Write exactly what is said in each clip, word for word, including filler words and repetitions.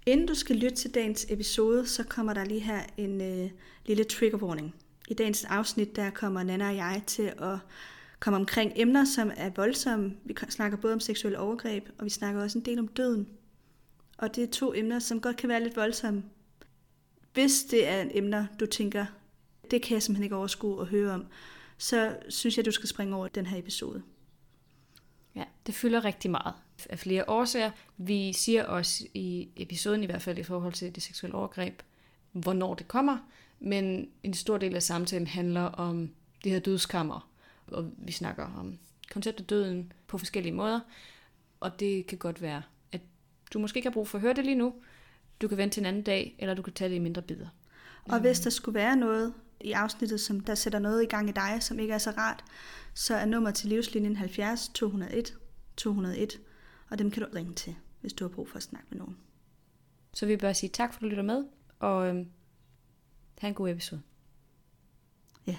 Inden du skal lytte til dagens episode, så kommer der lige her en øh, lille trigger warning. I dagens afsnit, der kommer Nanna og jeg til at komme omkring emner, som er voldsomme. Vi snakker både om seksuelle overgreb, og vi snakker også en del om døden. Og det er to emner, som godt kan være lidt voldsomme. Hvis det er emner, du tænker, det kan jeg simpelthen ikke overskue at høre om, så synes jeg, du skal springe over den her episode. Ja, det fylder rigtig meget af flere årsager. Vi siger også i episoden, i hvert fald i forhold til det seksuelle overgreb, hvornår det kommer, men en stor del af samtalen handler om det her dødskammer, og vi snakker om konceptet døden på forskellige måder, og det kan godt være, at du måske ikke har brug for at høre det lige nu, du kan vente til en anden dag, eller du kan tage det i mindre bidder. Og hvis der skulle være noget i afsnittet, som der sætter noget i gang i dig, som ikke er så rart, så er nummer til livslinjen halvfjerds to hundrede og en to hundrede og en, og dem kan du ringe til, hvis du har brug for at snakke med nogen. Så vi vil bare sige tak, for at du lytter med, og øhm, have en god episode. Ja.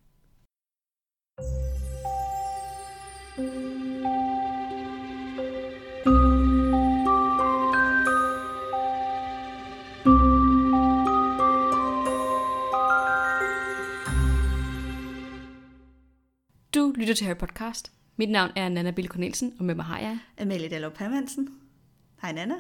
Du lytter til Harry Podcast. Mit navn er Nanna Bille Cornelsen, og med mig har jeg Amalie Dallov Hermansen. Hej Nanna.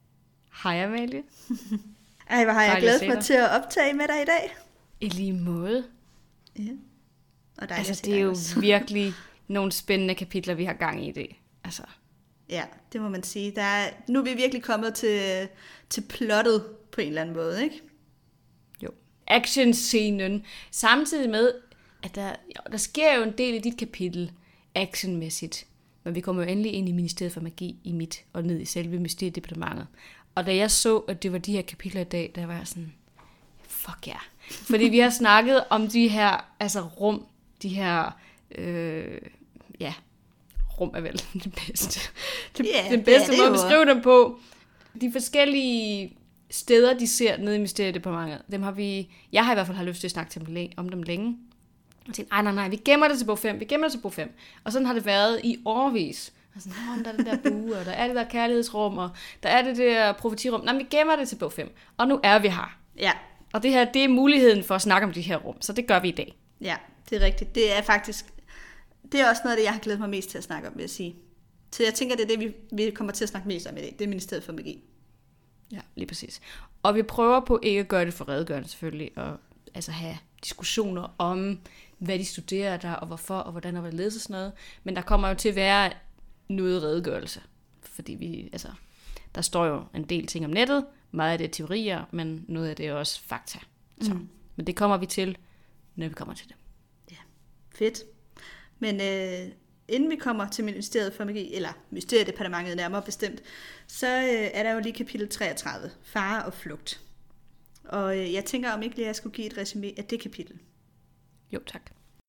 Hej Amalie. Ej, hvor har jeg glædet mig til at optage med dig i dag. I lige måde. Ja. Og altså, det er jo også virkelig nogle spændende kapitler, vi har gang i det. Altså. Ja, det må man sige. Der er, nu er vi virkelig kommet til, til plottet på en eller anden måde, ikke? Jo. Actionscenen. Samtidig med, at der, jo, der sker jo en del i dit kapitel, actionmæssigt. Men vi kommer jo endelig ind i Ministeriet for Magi i mit, og ned i selve Mysteriedepartementet. Og da jeg så, at det var de her kapitler i dag, der var jeg sådan, fuck ja. Yeah. Fordi vi har snakket om de her, altså rum, de her, øh, ja, rum er vel det bedste. Det, yeah, den bedste måde at beskrive dem på. De forskellige steder, de ser nede i Mysteriedepartementet, dem har vi, jeg har i hvert fald har lyst til at snakke til dem, om dem længe. Og tænkte, nej, nej, nej, vi gemmer det til bog fem, vi gemmer det til bog fem. Og sådan har det været i årevis. Og sådan, oh, der er det der bue, og der er det der kærlighedsrum, og der er det der profetirum. Nej, vi gemmer det til bog fem. Og nu er vi her. Ja. Og det her, det er muligheden for at snakke om de her rum, så det gør vi i dag. Ja, det er rigtigt. Det er faktisk, det er også noget af det, jeg har glædet mig mest til at snakke om, vil jeg sige. Så jeg tænker, det er det, vi, vi kommer til at snakke mest om i dag. Det er Ministeriet for Magi. Ja, lige præcis. Og vi prøver på ikke at gøre det for redegørende selvfølgelig, og altså have diskussioner om, hvad de studerer der, og hvorfor, og hvordan og hvorledes og sådan noget. Men der kommer jo til at være noget redegørelse. Fordi vi, altså, der står jo en del ting om nettet, meget af det er teorier, men noget af det er også fakta. Så. Mm. Men det kommer vi til, når vi kommer til det. Ja, fedt. Men øh, inden vi kommer til Ministeriet for Magi, eller Mysteriedepartementet nærmere bestemt, så øh, er der jo lige kapitel treogtredive, fare og flugt. Og øh, jeg tænker, om ikke lige jeg skulle give et resumé af det kapitel. Jo, tak.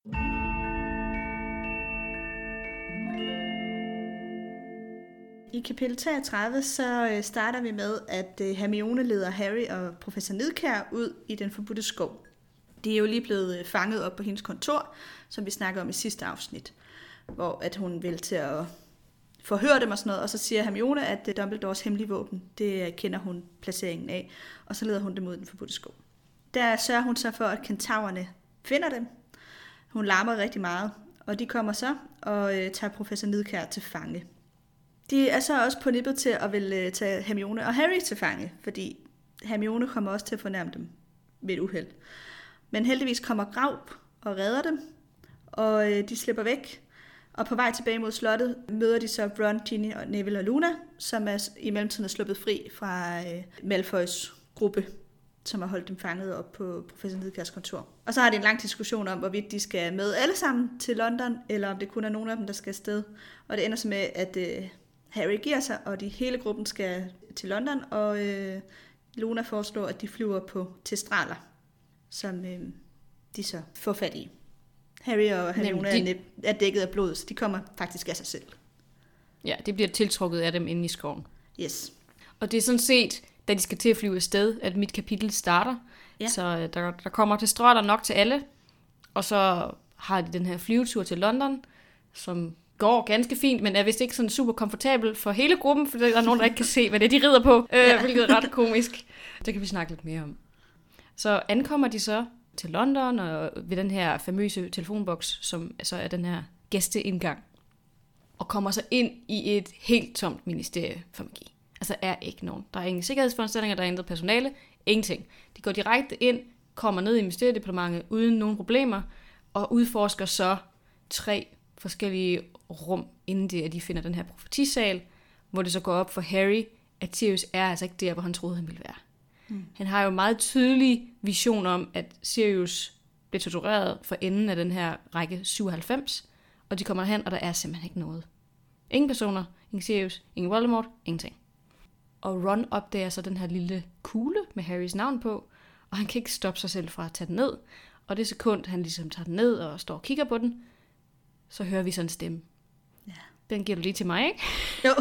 I kapitel treogtredive så starter vi med, at Hermione leder Harry og professor Nidkjær ud i den forbudte skov. De er jo lige blevet fanget op på hendes kontor, som vi snakker om i sidste afsnit, hvor at hun vil til at forhøre dem og sådan noget, og så siger Hermione, at Dumbledores hemmelige våben, det kender hun placeringen af, og så leder hun dem ud i den forbudte skov. Der sørger hun så for, at kentaurerne finder dem. Hun larmer rigtig meget, og de kommer så og øh, tager professor Nidkjær til fange. De er så også på nippet til at vil øh, tage Hermione og Harry til fange, fordi Hermione kommer også til at fornærme dem ved et uheld. Men heldigvis kommer Graup og redder dem, og øh, de slipper væk. Og på vej tilbage mod slottet møder de så Ron, Ginny, og Neville og Luna, som er i mellemtiden er sluppet fri fra øh, Malfoys gruppe, som har holdt dem fanget op på professor Nidkjærs kontor. Og så har de en lang diskussion om, hvorvidt de skal med alle sammen til London, eller om det kun er nogen af dem, der skal afsted. Og det ender så med, at øh, Harry giver sig, og de hele gruppen skal til London, og øh, Luna foreslår, at de flyver på Testraler, som øh, de så får fat i. Harry og Hermione de... er dækket af blod, så de kommer faktisk af sig selv. Ja, det bliver tiltrukket af dem inde i skoven. Yes. Og det er sådan set, da de skal til at flyve afsted, at mit kapitel starter. Ja. Så der, der kommer Testraler nok til alle, og så har de den her flyvetur til London, som går ganske fint, men er vist ikke sådan super komfortabel for hele gruppen, for der er nogen, der ikke kan se, hvad det er, de rider på, øh, ja. Hvilket er ret komisk. Det kan vi snakke lidt mere om. Så ankommer de så til London, og ved den her famøse telefonboks, som så er den her gæsteindgang, og kommer så ind i et helt tomt ministerie for magi. Altså er ikke nogen. Der er ingen sikkerhedsforanstaltninger, der er intet personale, ingenting. De går direkte ind, kommer ned i ministeriedepartementet uden nogen problemer, og udforsker så tre forskellige rum, inden det, at de finder den her profetisal, hvor det så går op for Harry, at Sirius er altså ikke der, hvor han troede, han ville være. Mm. Han har jo meget tydelig vision om, at Sirius bliver tortureret for enden af den her række syvoghalvfems, og de kommer hen, og der er simpelthen ikke noget. Ingen personer, ingen Sirius, ingen Voldemort, ingenting. Og Ron opdager så den her lille kugle med Harrys navn på, og han kan ikke stoppe sig selv fra at tage den ned. Og det sekund, han ligesom tager den ned og står og kigger på den, så hører vi sådan en stemme. Ja. Den giver du lige til mig, ikke? Jo.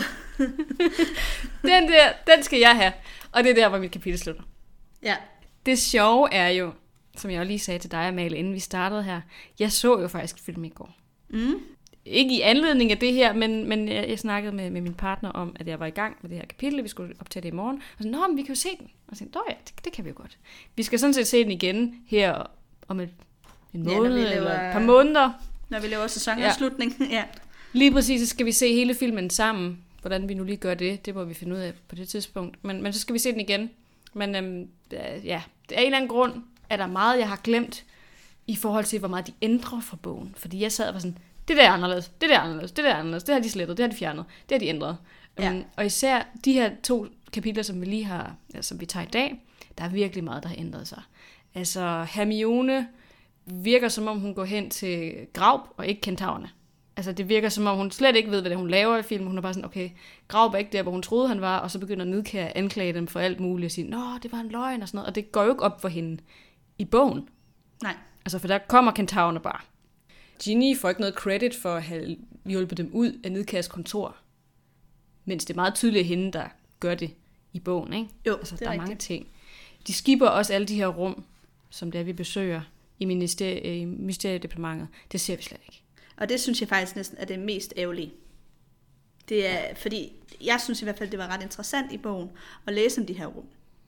den der, den skal jeg have. Og det er der, hvor mit kapitel slutter. Ja. Det sjove er jo, som jeg jo lige sagde til dig, Amalie, inden vi startede her, jeg så jo faktisk film i går. Mm. Ikke i anledning af det her, men, men jeg, jeg snakkede med, med min partner om, at jeg var i gang med det her kapitel, vi skulle optage det i morgen. Og så, nå, men vi kan jo se den. Og så tænkte, ja, det, det kan vi jo godt. Vi skal sådan set se den igen her om et, en måned ja, laver, eller et par måneder. Når vi laver sæsonafslutning. Ja. ja. Lige præcis, så skal vi se hele filmen sammen. Hvordan vi nu lige gør det, det må vi finde ud af på det tidspunkt. Men, men så skal vi se den igen. Men øhm, ja, det er en eller anden grund, at der er meget, jeg har glemt, i forhold til, hvor meget de ændrer fra bogen. Fordi jeg sad og var sådan, det der er anderledes, det der er anderledes, det der er anderledes, det har de slettet, det har de fjernet, det har de ændret. Ja. Um, og især de her to kapitler, som vi lige har, ja, som vi tager i dag, der er virkelig meget, der har ændret sig. Altså, Hermione virker som om, hun går hen til Graup og ikke kentaurerne. Altså, det virker som om, hun slet ikke ved, hvad det hun laver i filmen. Hun er bare sådan, okay, Graup er ikke der, hvor hun troede, han var, og så begynder Nidkjær at anklage dem for alt muligt og sige, nå, det var en løgn og sådan noget. Og det går jo ikke op for hende i bogen. Nej. Altså, for der kommer kentaurerne bare. Ginny får ikke noget credit for at have hjulpet dem ud af Nidkjærs kontor. Mens det er meget tydeligt hende, der gør det i bogen, ikke? Jo, altså, det er der er rigtigt. mange ting. De skipper også alle de her rum, som det er, vi besøger i ministeriedepartementet. Det ser vi slet ikke. Og det synes jeg faktisk næsten er det mest ærgerlige. Det er, fordi jeg synes i hvert fald, det var ret interessant i bogen at læse om de her rum.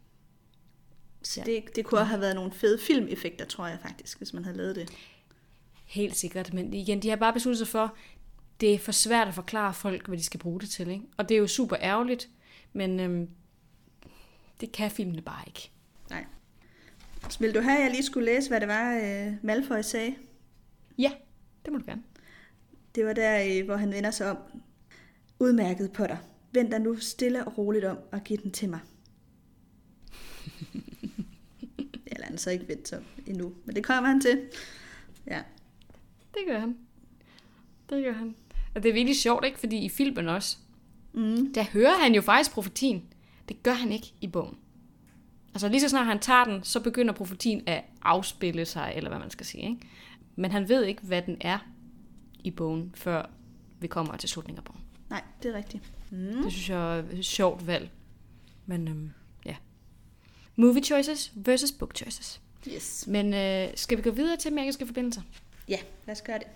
Så ja. det, det kunne have været nogle fede filmeffekter, tror jeg faktisk, hvis man havde lavet det. Helt sikkert, men igen, de har bare besluttet sig for, det er for svært at forklare folk, hvad de skal bruge det til, ikke? Og det er jo super ærgerligt, men øhm, det kan filmene bare ikke. Nej. Så vil du have, at jeg lige skulle læse, hvad det var, øh, Malfoy sagde? Ja, det må du gerne. Det var der, hvor han vender sig om. Udmærket, Potter. Vend dig nu stille og roligt om og giv den til mig. Eller han så ikke vendt sig endnu, men det kommer han til. Ja. Det gør han. Det gør han. Og det er virkelig sjovt, ikke? Fordi i filmen også, mm. der hører han jo faktisk profetien. Det gør han ikke i bogen. Altså lige så snart han tager den, så begynder profetien at afspille sig, eller hvad man skal sige, ikke? Men han ved ikke, hvad den er i bogen, før vi kommer til slutningen af bogen. Nej, det er rigtigt. Mm. Det synes jeg er et sjovt valg. Men øhm, ja. Movie choices versus book choices. Yes. Men øh, skal vi gå videre til magiske forbindelser? Ja, lad os gøre det.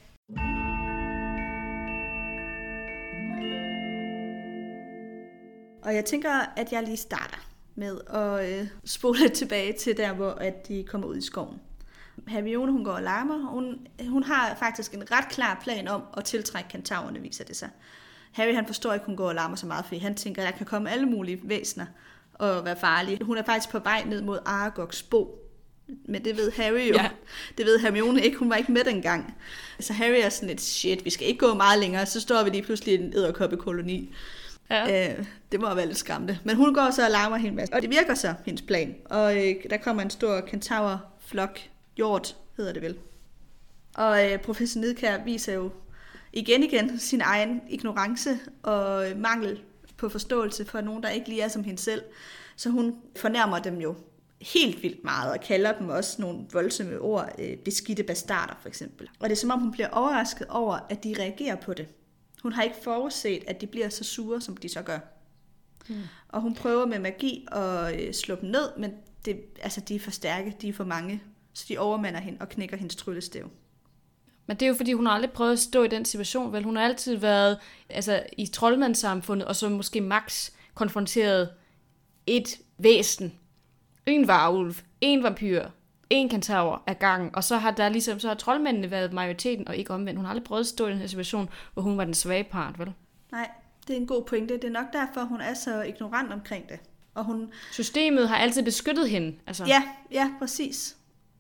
Og jeg tænker, at jeg lige starter med at øh, spole tilbage til der, hvor at de kommer ud i skoven. Hermione, hun går og larmer. Hun, hun har faktisk en ret klar plan om at tiltrække kentaurerne, viser det sig. Harry, han forstår ikke, hun går og larmer så meget, fordi han tænker, at der kan komme alle mulige væsener og være farlige. Hun er faktisk på vej ned mod Aragogs bo. Men det ved Harry jo. Ja. Det ved Hermione ikke. Hun var ikke med dengang. Så Harry er sådan lidt, shit, vi skal ikke gå meget længere. Så står vi lige pludselig i en edderkoppekoloni. Ja. Øh, det må være lidt skræmmende. Men hun går så og larmer hende masse. Og det virker så, hendes plan. Og øh, der kommer en stor kentaurflok. Hjort hedder det vel. Og øh, professor Nidkjær viser jo igen igen sin egen ignorance og øh, mangel på forståelse for nogen, der ikke lige er som hende selv. Så hun fornærmer dem jo helt vildt meget, og kalder dem også nogle voldsomme ord, øh, beskidte bastarder for eksempel. Og det er som om, hun bliver overrasket over, at de reagerer på det. Hun har ikke forudset, at de bliver så sure, som de så gør. Mm. Og hun prøver med magi at øh, slå dem ned, men det, altså, de er for stærke, de er for mange, så de overmander hende og knækker hendes tryllestav. Men det er jo fordi, hun har aldrig prøvet at stå i den situation, vel? Hun har altid været altså, i troldmandssamfundet, og så måske max konfronteret et væsen. En varulv, en vampyr, en kentaur af gangen, og så har der ligesom, så har troldmændene været majoriteten, og ikke omvendt. Hun har aldrig prøvet at stå i den her situation, hvor hun var den svage part, vel? Nej, det er en god pointe. Det er nok derfor, hun er så ignorant omkring det. Og hun... Systemet har altid beskyttet hende. Altså. Ja, ja, præcis.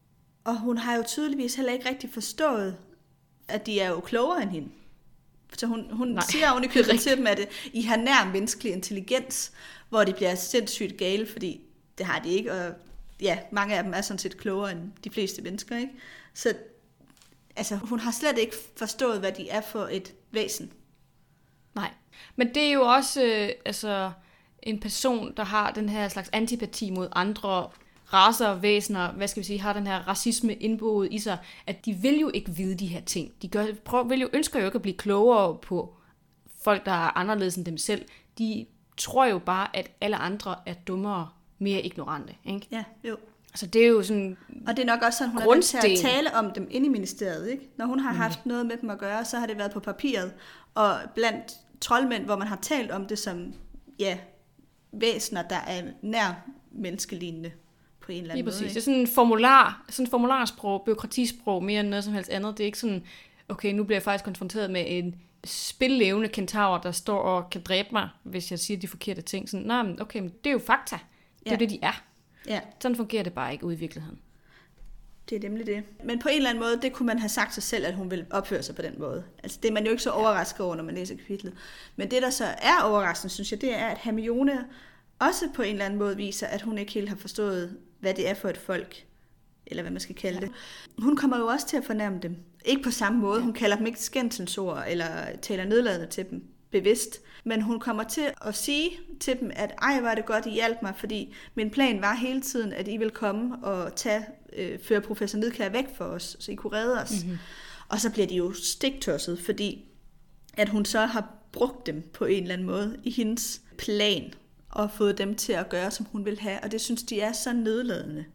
Og hun har jo tydeligvis heller ikke rigtig forstået, at de er jo klogere end hende. Så hun, hun Nej, siger oven i købet til dem, at I har nær menneskelig intelligens, hvor de bliver sindssygt gale, fordi det har de ikke, og ja, mange af dem er sådan set klogere end de fleste mennesker, ikke? Så altså, hun har slet ikke forstået, hvad de er for et væsen. Nej, men det er jo også øh, altså, en person, der har den her slags antipati mod andre racer og væsener, hvad skal vi sige, har den her racisme indboet i sig, at de vil jo ikke vide de her ting. De gør, prøv, vil jo, ønsker jo ikke at blive klogere på folk, der er anderledes end dem selv. De tror jo bare, at alle andre er dummere, mere ignorante. Ikke? Ja, jo. Altså det er jo sådan og det er nok også sådan, hun er nødt til at tale om dem inde i ministeriet. Ikke? Når hun har haft mm. noget med dem at gøre, så har det været på papiret. Og blandt troldmænd, hvor man har talt om det som ja, væsener, der er nær menneskelignende på en eller anden måde. Det er sådan en formular, sådan en formularsprog, bureaukratisprog, mere end noget som helst andet. Det er ikke sådan, okay, nu bliver jeg faktisk konfronteret med en spillevende kentaur, der står og kan dræbe mig, hvis jeg siger de forkerte ting. Sådan, nej, men okay, men det er jo fakta. Det er ja. det, de er. Ja. Sådan fungerer det bare ikke ude i virkeligheden. Det er nemlig det. Men på en eller anden måde, det kunne man have sagt sig selv, at hun ville opføre sig på den måde. Altså det er man jo ikke så overrasket over, når man læser kapitlet. Men det, der så er overraskende, synes jeg, det er, at Hermione også på en eller anden måde viser, at hun ikke helt har forstået, hvad det er for et folk. Eller hvad man skal kalde det. Hun kommer jo også til at fornærme dem. Ikke på samme måde. Hun kalder dem ikke skændselsord, eller taler nedladende til dem bevidst. Men hun kommer til at sige til dem, at ej, var det godt, I hjalp mig, fordi min plan var hele tiden, at I ville komme og tage, øh, føre professor Nidkjær væk for os, så I kunne redde os. Mm-hmm. Og så bliver de jo stiktosset, fordi at hun så har brugt dem på en eller anden måde i hendes plan, og fået dem til at gøre, som hun vil have. Og det synes de er så nedladende,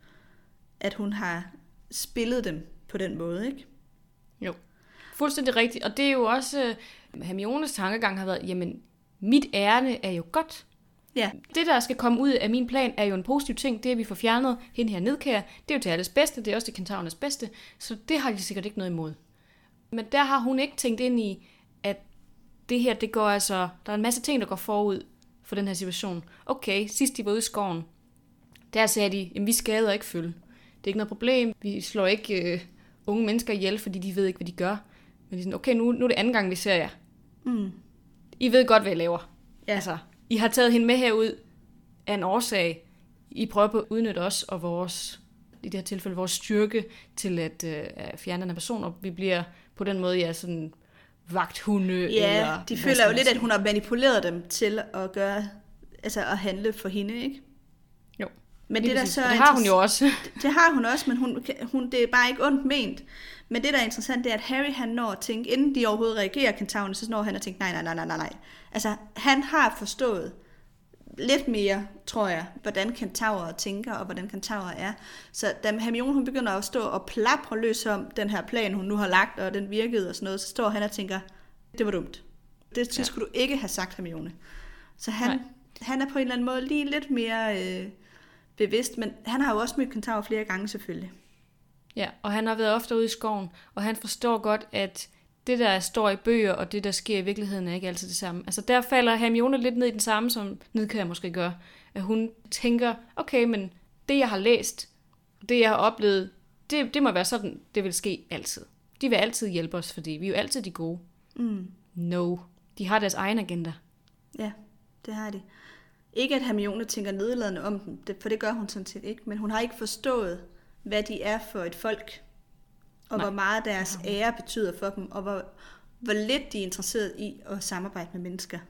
at hun har spillet dem på den måde, ikke? Jo, fuldstændig rigtigt. Og det er jo også, Hermiones tankegang har været, jamen, mit ærne er jo godt. Ja. Det, der skal komme ud af min plan, er jo en positiv ting. Det, at vi får fjernet hende her Nidkjær, det er jo til alles bedste. Det er også til kentaurernes bedste. Så det har de sikkert ikke noget imod. Men der har hun ikke tænkt ind i, at det her, det går altså, der er en masse ting, der går forud for den her situation. Okay, sidst de var ude i skoven, der sagde de, jamen vi skader ikke følge. Det er ikke noget problem. Vi slår ikke øh, unge mennesker ihjel, fordi de ved ikke, hvad de gør. Men de er sådan, okay, nu, nu er det anden gang, vi ser jer. Mm. I ved godt, hvad I laver. Ja. Altså, I har taget hende med herud af en årsag. I prøver på at udnytte os og vores, i det her tilfælde, vores styrke til at øh, fjerne den her person, og vi bliver på den måde, ja, sådan vagthunde. Ja, eller, de føler jo lidt, at hun har manipuleret dem til at gøre, altså at handle for hende, ikke? Jo. Men det, der så det har hun jo også. det, det har hun også, men hun, hun, det er bare ikke ondt ment. Men det, der er interessant, det er, at Harry, han når at tænke, inden de overhovedet reagerer, kentaurerne, så når han at tænke, nej, nej, nej, nej, nej, nej. Altså, han har forstået lidt mere, tror jeg, hvordan kentaurer tænker, og hvordan kentaurer er. Så da Hermione, hun begynder at stå og plapre løs om den her plan, hun nu har lagt, og den virkede og sådan noget, så står han og tænker, det var dumt. Det ja. skulle du ikke have sagt, Hermione. Så han, han er på en eller anden måde lige lidt mere øh, bevidst, men han har jo også mødt kentaurer flere gange selvfølgelig. Ja, og han har været ofte ude i skoven, og han forstår godt, at det, der står i bøger, og det, der sker i virkeligheden, er ikke altid det samme. Altså, der falder Hermione lidt ned i den samme, som Nidkjær måske gør. At hun tænker, okay, men det, jeg har læst, det, jeg har oplevet, det, det må være sådan, det vil ske altid. De vil altid hjælpe os, fordi vi er jo altid de gode. Mm. No. De har deres egen agenda. Ja, det har de. Ikke, at Hermione tænker nedladende om dem, for det gør hun sådan set ikke, men hun har ikke forstået, hvad de er for et folk, og Nej. hvor meget deres ære betyder for dem, og hvor, hvor lidt de er interesseret i at samarbejde med mennesker.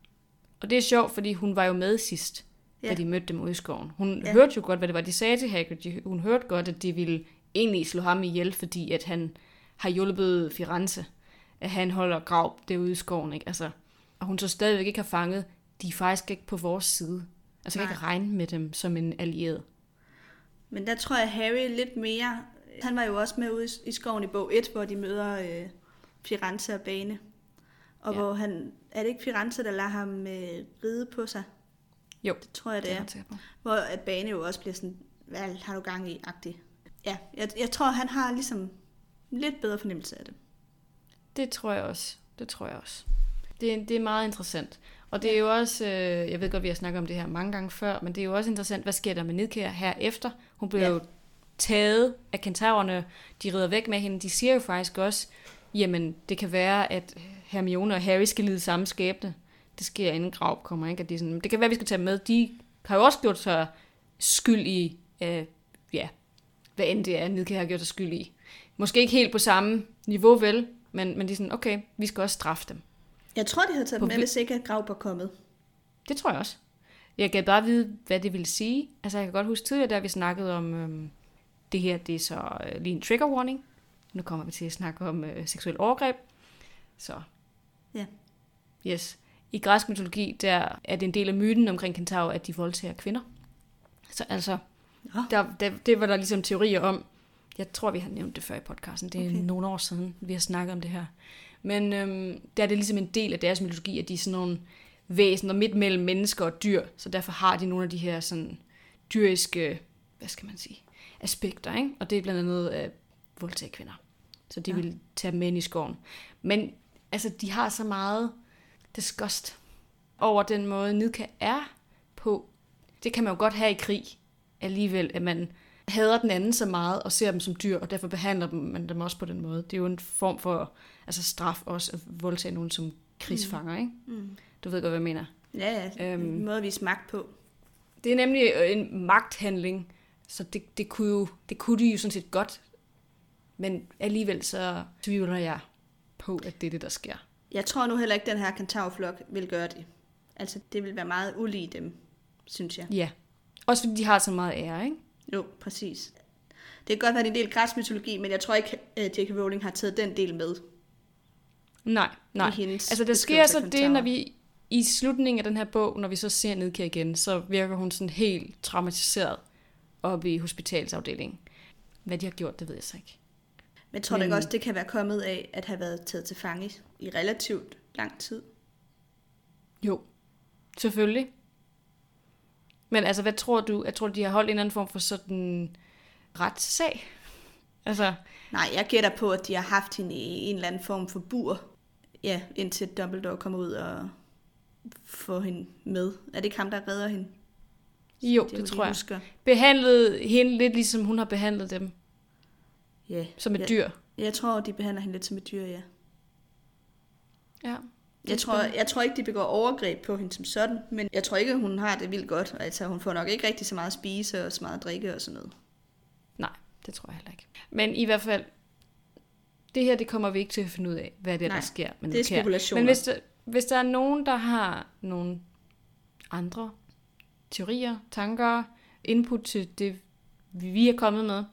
Og det er sjovt, fordi hun var jo med sidst, ja. da de mødte dem ude i skoven. Hun ja. hørte jo godt, hvad det var, de sagde til Hagrid. Hun hørte godt, at de ville egentlig slå ham ihjel, fordi at han har hjulpet Firenze, at han holder grav derude i skoven. Ikke? Altså, og hun så stadigvæk ikke har fanget, de er faktisk ikke på vores side. Altså, jeg kan ikke regne med dem som en allieret. Men der tror jeg, Harry lidt mere Han var jo også med ude i skoven i bog et, hvor de møder øh, Firenze og Bane. Og ja. hvor han, er det ikke Firenze, der lader ham øh, ride på sig? Jo, det tror jeg, det, det er. Hvor at Bane jo også bliver sådan, hvad har du gang i, agtig. Ja, jeg, jeg tror, han har ligesom lidt bedre fornemmelse af det. Det tror jeg også. Det tror jeg også. Det, er, det er meget interessant. Og det er jo også, øh, jeg ved godt, vi har snakket om det her mange gange før, men det er jo også interessant, hvad sker der med Nidkær herefter? Hun bliver ja. jo taget af kentaurerne, de rider væk med hende. De siger jo faktisk også, jamen det kan være, at Hermione og Harry skal lide samme skæbne. Det sker inden Grav kommer, ikke? At de sådan, det kan være, vi skal tage med. De har jo også gjort sig skyld i, øh, ja, hvad end det er, Nidkær har gjort sig skyld i. Måske ikke helt på samme niveau, vel, men, men de er sådan, okay, vi skal også straffe dem. Jeg tror, de havde taget dem med, hvis ikke at Grav var kommet. Det tror jeg også. Jeg kan bare vide, hvad det vil sige. Altså, jeg kan godt huske tidligere, da vi snakkede om, øhm, det her, det er så øh, lige en trigger warning. Nu kommer vi til at snakke om øh, seksuel overgreb. Så, ja. Yes. I græsk mytologi, der er det en del af myten omkring kentaurer, at de voldtager kvinder. Så altså, ja. der, der, det var der ligesom teorier om. Jeg tror, vi har nævnt det før i podcasten. Det er okay. nogle år siden, vi har snakket om det her. Men øhm, der er det ligesom en del af deres mytologi, at de er sådan nogle væsener midt mellem mennesker og dyr. Så derfor har de nogle af de her sådan dyriske, hvad skal man sige, aspekter, ikke? Og det er blandt andet at voldtage kvinder. Så de ja. vil tage dem ind i skoven. Men altså, de har så meget disgust over den måde, Nidkær er på. Det kan man jo godt have i krig alligevel, at man hader den anden så meget og ser dem som dyr, og derfor behandler man dem også på den måde. Det er jo en form for altså straf også at voldtage nogen som krigsfanger, ikke? Mm. Du ved godt, hvad jeg mener. Ja, ja. Øhm, en måde at vise magt på. Det er nemlig en magthandling, så det, det, kunne jo, det kunne de jo sådan set godt, men alligevel så tvivler jeg på, at det er det, der sker. Jeg tror nu heller ikke, at den her kentaurflok vil gøre det. Altså, det vil være meget ulige dem, synes jeg. Ja, også fordi de har så meget ære, ikke? Jo, præcis. Det kan godt være, det er en del græsk mytologi, men jeg tror ikke, at J K Rowling har taget den del med. Nej, nej. Altså, der sker så det, når vi i slutningen af den her bog, når vi så ser Nidkær igen, så virker hun sådan helt traumatiseret oppe i hospitalsafdelingen. Hvad de har gjort, det ved jeg så ikke. Men tror du ikke også, det kan være kommet af, at have været taget til fange i relativt lang tid? Jo, selvfølgelig. Men altså, hvad tror du? Jeg tror, de har holdt en eller anden form for sådan retssag? Altså... Nej, jeg gætter på, at de har haft hende i en eller anden form for bur. Ja, indtil Dumbledore kommer ud og får hende med. Er det ikke ham, der redder hende? Jo, det, det tror jeg. Husker. Behandlede hende lidt ligesom hun har behandlet dem. Ja. Som et ja. dyr. Jeg tror, de behandler hende lidt som et dyr, ja. Ja. Jeg tror, jeg tror ikke, de begår overgreb på hende som sådan, men jeg tror ikke, hun har det vildt godt. Altså, hun får nok ikke rigtig så meget at spise og så meget at drikke og sådan noget. Nej, det tror jeg heller ikke. Men i hvert fald, det her, det kommer vi ikke til at finde ud af, hvad det er, Nej, der sker. Men det er spekulationer. Men hvis der, hvis der er nogen, der har nogle andre teorier, tanker, input til det, vi er kommet med,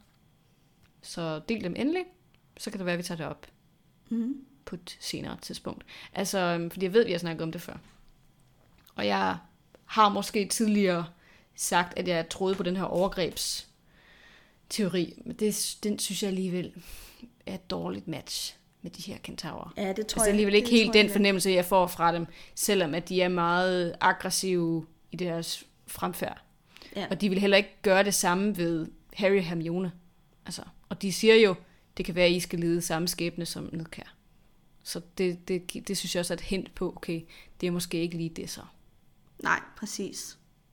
så del dem endelig, så kan det være, at vi tager det op mm-hmm. på et senere tidspunkt. Altså, fordi jeg ved, at vi har snakket om det før. Og jeg har måske tidligere sagt, at jeg troede på den her overgrebsteori, men det, den synes jeg alligevel er et dårligt match med de her kentaurer. Ja, det tror altså, jeg. Det er alligevel ikke helt den jeg, fornemmelse, jeg får fra dem, selvom at de er meget aggressive i deres fremfærd. Ja. Og de vil heller ikke gøre det samme ved Harry og Hermione. Altså, og de siger jo, det kan være, at I skal lide samme skæbne som Nidkær. Så det, det, det synes jeg også er et hint på, okay, det er måske ikke lige det så. Nej, præcis.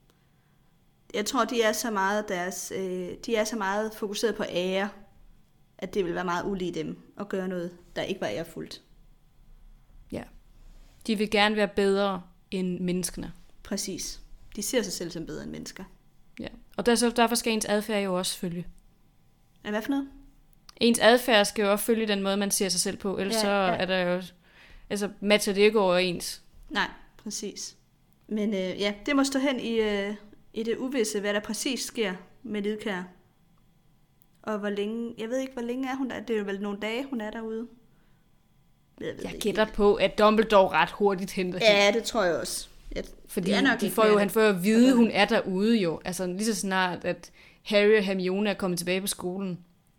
Jeg tror, de er så meget deres, øh, de er så meget fokuseret på ære, at det vil være meget ulige dem at gøre noget, der ikke var ærefuldt. Ja. De vil gerne være bedre end menneskene. Præcis. De ser sig selv som bedre end mennesker. Ja. Og der, derfor skal ens adfærd jo også følge. Ja, hvad for noget? Ens adfærd skal jo også følge den måde, man ser sig selv på. Ellers ja, så ja. er der jo... Altså, matcher det ikke over ens. Nej, præcis. Men øh, ja, det må stå hen i, øh, i det uvisse, hvad der præcis sker med Nidkær. Og hvor længe... Jeg ved ikke, hvor længe er hun der. Det er jo vel nogle dage, hun er derude. Jeg, jeg gætter på, at Dumbledore ret hurtigt henter hende. Ja, det tror jeg også. Jeg, Fordi det er nok de får jo, han får jo at vide, at hun er derude jo. Altså lige så snart, at Harry og Hermione er kommet tilbage på skolen,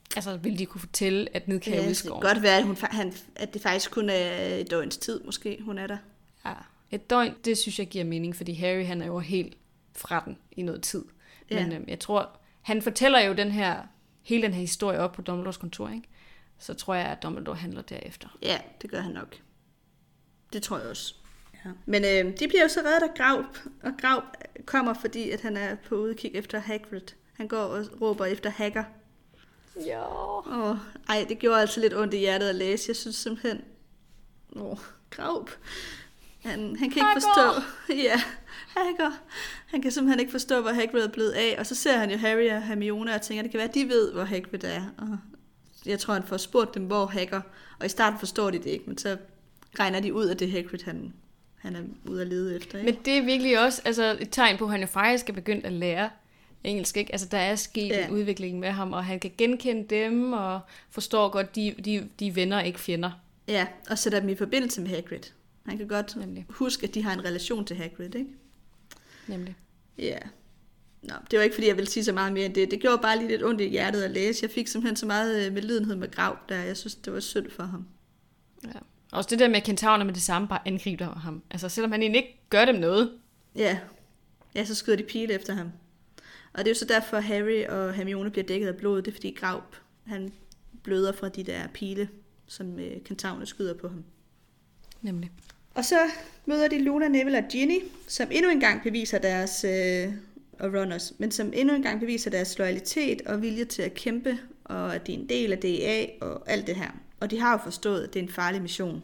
altså ville de kunne fortælle, at Nidkær er ude i det skoven. kan godt være, at, hun, fa- han, at det faktisk kun er et døgns tid, måske, hun er der. Ja, et døgn, det synes jeg giver mening, fordi Harry, han er jo helt fra den i noget tid. Ja. Men øhm, jeg tror, han fortæller jo den her, hele den her historie op på Dumbledores kontor, ikke? Så tror jeg, at Dumbledore handler derefter. Ja, det gør han nok. Det tror jeg også. Ja. Men øh, de bliver jo så reddet af Graup, og Graup kommer, fordi at han er på udkig efter Hagrid. Han går og råber efter Hacker. Ja. Åh, ej, det gjorde altså lidt ondt i hjertet at læse. Jeg synes simpelthen... Åh, Graup. Han, han kan ikke Hacker. forstå... Ja, Hacker. Han kan simpelthen ikke forstå, hvor Hagrid er blevet af. Og så ser han jo Harry og Hermione og tænker, at det kan være, at de ved, hvor Hagrid er. Og jeg tror, han får spurgt dem, hvor Hacker. Og i starten forstår de det ikke, men så regner de ud af det Hagrid, han, han er ude at lede efter. Ikke? Men det er virkelig også altså, et tegn på, at han jo faktisk er begyndt at lære engelsk, ikke? Altså, der er sket ja. en udvikling med ham, og han kan genkende dem, og forstår godt, de, de, de venner, ikke fjender. Ja, og sætter dem i forbindelse med Hagrid. Han kan godt Nemlig. huske, at de har en relation til Hagrid, ikke? Nemlig. Ja. Nå, det var ikke, fordi jeg ville sige så meget mere end det. Det gjorde bare lige lidt ondt i hjertet at læse. Jeg fik simpelthen så meget medlidenhed med Graup, der jeg synes, det var synd for ham. Ja. Også det der med, at kentaverne med det samme bare angriber ham. Altså, selvom han egentlig ikke gør dem noget. Ja. Ja, så skyder de pile efter ham. Og det er jo så derfor, Harry og Hermione bliver dækket af blod. Det er fordi Graup, han bløder fra de der pile, som øh, kentaverne skyder på ham. Nemlig. Og så møder de Luna, Neville og Ginny, som endnu en gang beviser deres, øh, og Ron også, men som endnu en gang beviser deres loyalitet og vilje til at kæmpe, og at de er en del af D A og alt det her. Og de har jo forstået, at det er en farlig mission,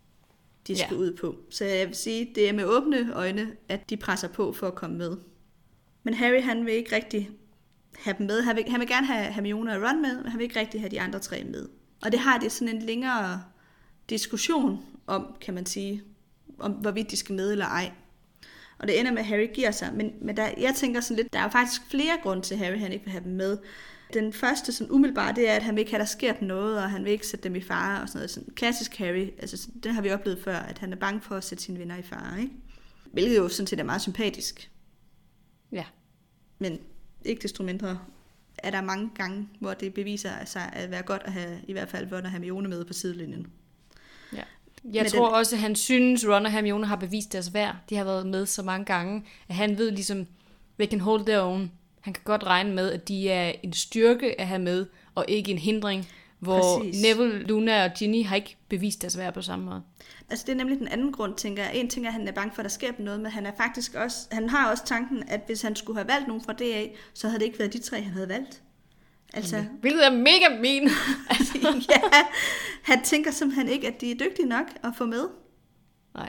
de skal ja. ud på. Så jeg vil sige, det er med åbne øjne, at de presser på for at komme med. Men Harry, han vil ikke rigtig have dem med. Han vil, han vil gerne have Hermione og Ron med, men han vil ikke rigtig have de andre tre med. Og det har de sådan en længere diskussion om, kan man sige, om hvorvidt de skal med eller ej. Og det ender med, at Harry giver sig. Men, men der, jeg tænker sådan lidt, der er jo faktisk flere grunde til, at Harry han ikke vil have dem med. Den første sådan umiddelbare, det er, at han vil ikke have, der sker noget, og han vil ikke sætte dem i fare og sådan noget. Sådan klassisk Harry, altså det har vi oplevet før, at han er bange for at sætte sine venner i fare, ikke? Hvilket jo sådan set er meget sympatisk. Ja. Men ikke desto mindre er der mange gange, hvor det beviser sig at være godt at have i hvert fald Ron og Hermione med på sidelinjen. Ja. Jeg Men tror den... også, at han synes, Ron og Hermione har bevist deres værd. De har været med så mange gange, at han ved ligesom, they can hold their own. Han kan godt regne med, at de er en styrke at have med, og ikke en hindring, hvor Præcis. Neville, Luna og Ginny har ikke bevist deres værd på samme måde. Altså det er nemlig den anden grund, tænker jeg. En ting er, at han er bange for, at der sker noget, men han er faktisk også, han har også tanken, at hvis han skulle have valgt nogen fra D A, så havde det ikke været de tre, han havde valgt. Altså, okay. Hvilket er mega min. altså, ja, han tænker simpelthen ikke, at de er dygtige nok at få med. Nej.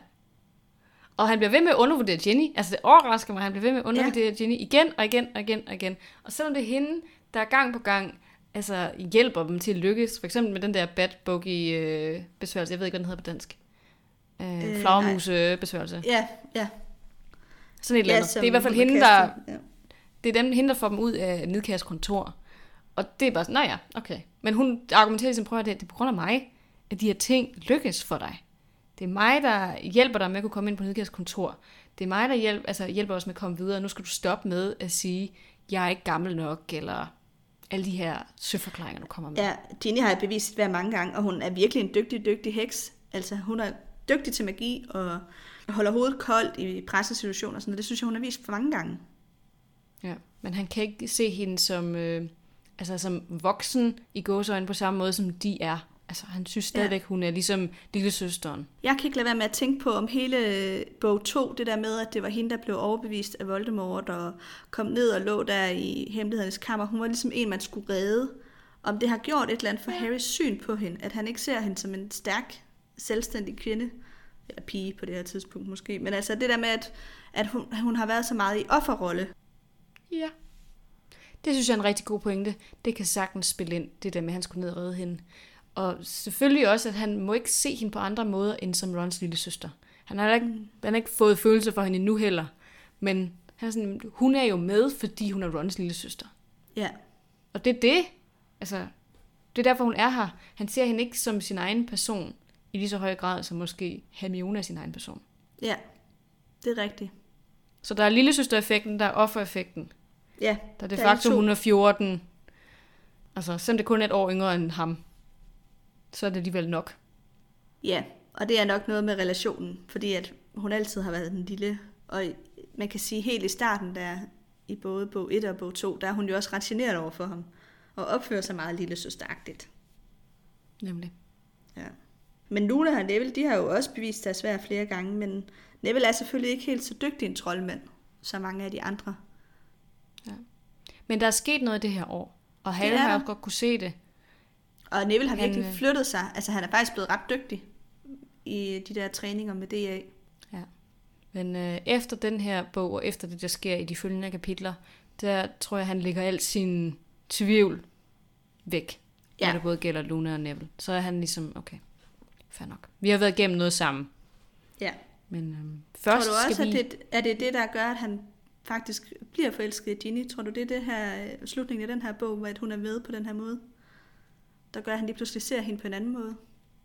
Og han bliver ved med at undervurdere Ginny. Altså det overrasker mig, at han bliver ved med at undervurdere ja. Ginny igen og igen og igen og igen. Og selvom det er hende, der gang på gang altså, hjælper dem til at lykkes. For eksempel med den der bad bogey øh, besværgelse. Jeg ved ikke, hvad den hedder på dansk. Øh, øh, Flagermus besværgelse. Ja, ja. Sådan et eller andet. Ja, det er i hvert fald hende, der, ja. det er dem, hende, der får dem ud af Nidkærs kontor. Og det er bare sådan, nej ja, okay. Men hun argumenterer ligesom, prøv at det, det er på grund af mig, at de her ting lykkes for dig. Det er mig, der hjælper dig med at kunne komme ind på Nidkærs kontor. Det er mig, der hjælper, altså, hjælper os med at komme videre. Nu skal du stoppe med at sige, jeg er ikke gammel nok, eller alle de her søforklaringer, du kommer med. Ja, Ginny har bevist sit værd mange gange, og hun er virkelig en dygtig, dygtig heks. Altså, hun er dygtig til magi, og holder hovedet koldt i pressesituationer, og sådan noget. Det synes jeg, hun har vist for mange gange. Ja, men han kan ikke se hende som, øh, altså, som voksen i gåseøjne på samme måde, som de er. Altså, han synes stadigvæk, ja. Hun er ligesom lillesøsteren. Jeg kan ikke lade være med at tænke på om hele bog to, det der med, at det var hende, der blev overbevist af Voldemort, og kom ned og lå der i hemmelighedernes kammer. Hun var ligesom en, man skulle redde. Om det har gjort et eller andet for Harrys syn på hende, at han ikke ser hende som en stærk, selvstændig kvinde, eller pige på det her tidspunkt måske. Men altså det der med, at, at hun, hun har været så meget i offerrolle. Ja. Det synes jeg er en rigtig god pointe. Det kan sagtens spille ind, det der med, at han skulle ned og redde hende. Og selvfølgelig også, at han må ikke se hende på andre måder, end som Rons lille søster. Han har ikke, mm. han har ikke fået følelser for hende endnu heller. Men han er sådan, hun er jo med, fordi hun er Rons lille søster. Ja. Og det er det. Altså, det er derfor, hun er her. Han ser hende ikke som sin egen person, i lige så høj grad, som måske Hermione er sin egen person. Ja, det er rigtigt. Så der er lillesøstereffekten, der er offereffekten. Ja. Der er det faktum, hun er fjorten. Altså, selvom det kun er et år yngre end ham, så er det alligevel nok. Ja, og det er nok noget med relationen, fordi at hun altid har været den lille, og man kan sige helt i starten, der i både bog et og bog to, der er hun jo også ret generet over for ham, og opfører sig meget lille søsteragtigt. Nemlig. Ja. Men Luna og Neville, de har jo også bevist deres værd flere gange, men Neville er selvfølgelig ikke helt så dygtig en troldmand, som mange af de andre. Ja. Men der er sket noget det her år, og Harry har også godt kunne se det. Og Neville har Han, virkelig flyttet sig. Altså han er faktisk blevet ret dygtig i de der træninger med D A. Ja. Men øh, efter den her bog, og efter det, der sker i de følgende kapitler, der tror jeg, han lægger alt sin tvivl væk. Ja. Når det både gælder Luna og Neville. Så er han ligesom, okay, fair nok. Vi har været igennem noget sammen. Ja. Men øhm, først tror du også, skal vi... at det, er det det, der gør, at han faktisk bliver forelsket i Ginny? Tror du, det er det her, slutningen af den her bog, hvor hun er med på den her måde? Der gør, at han lige pludselig ser hende på en anden måde?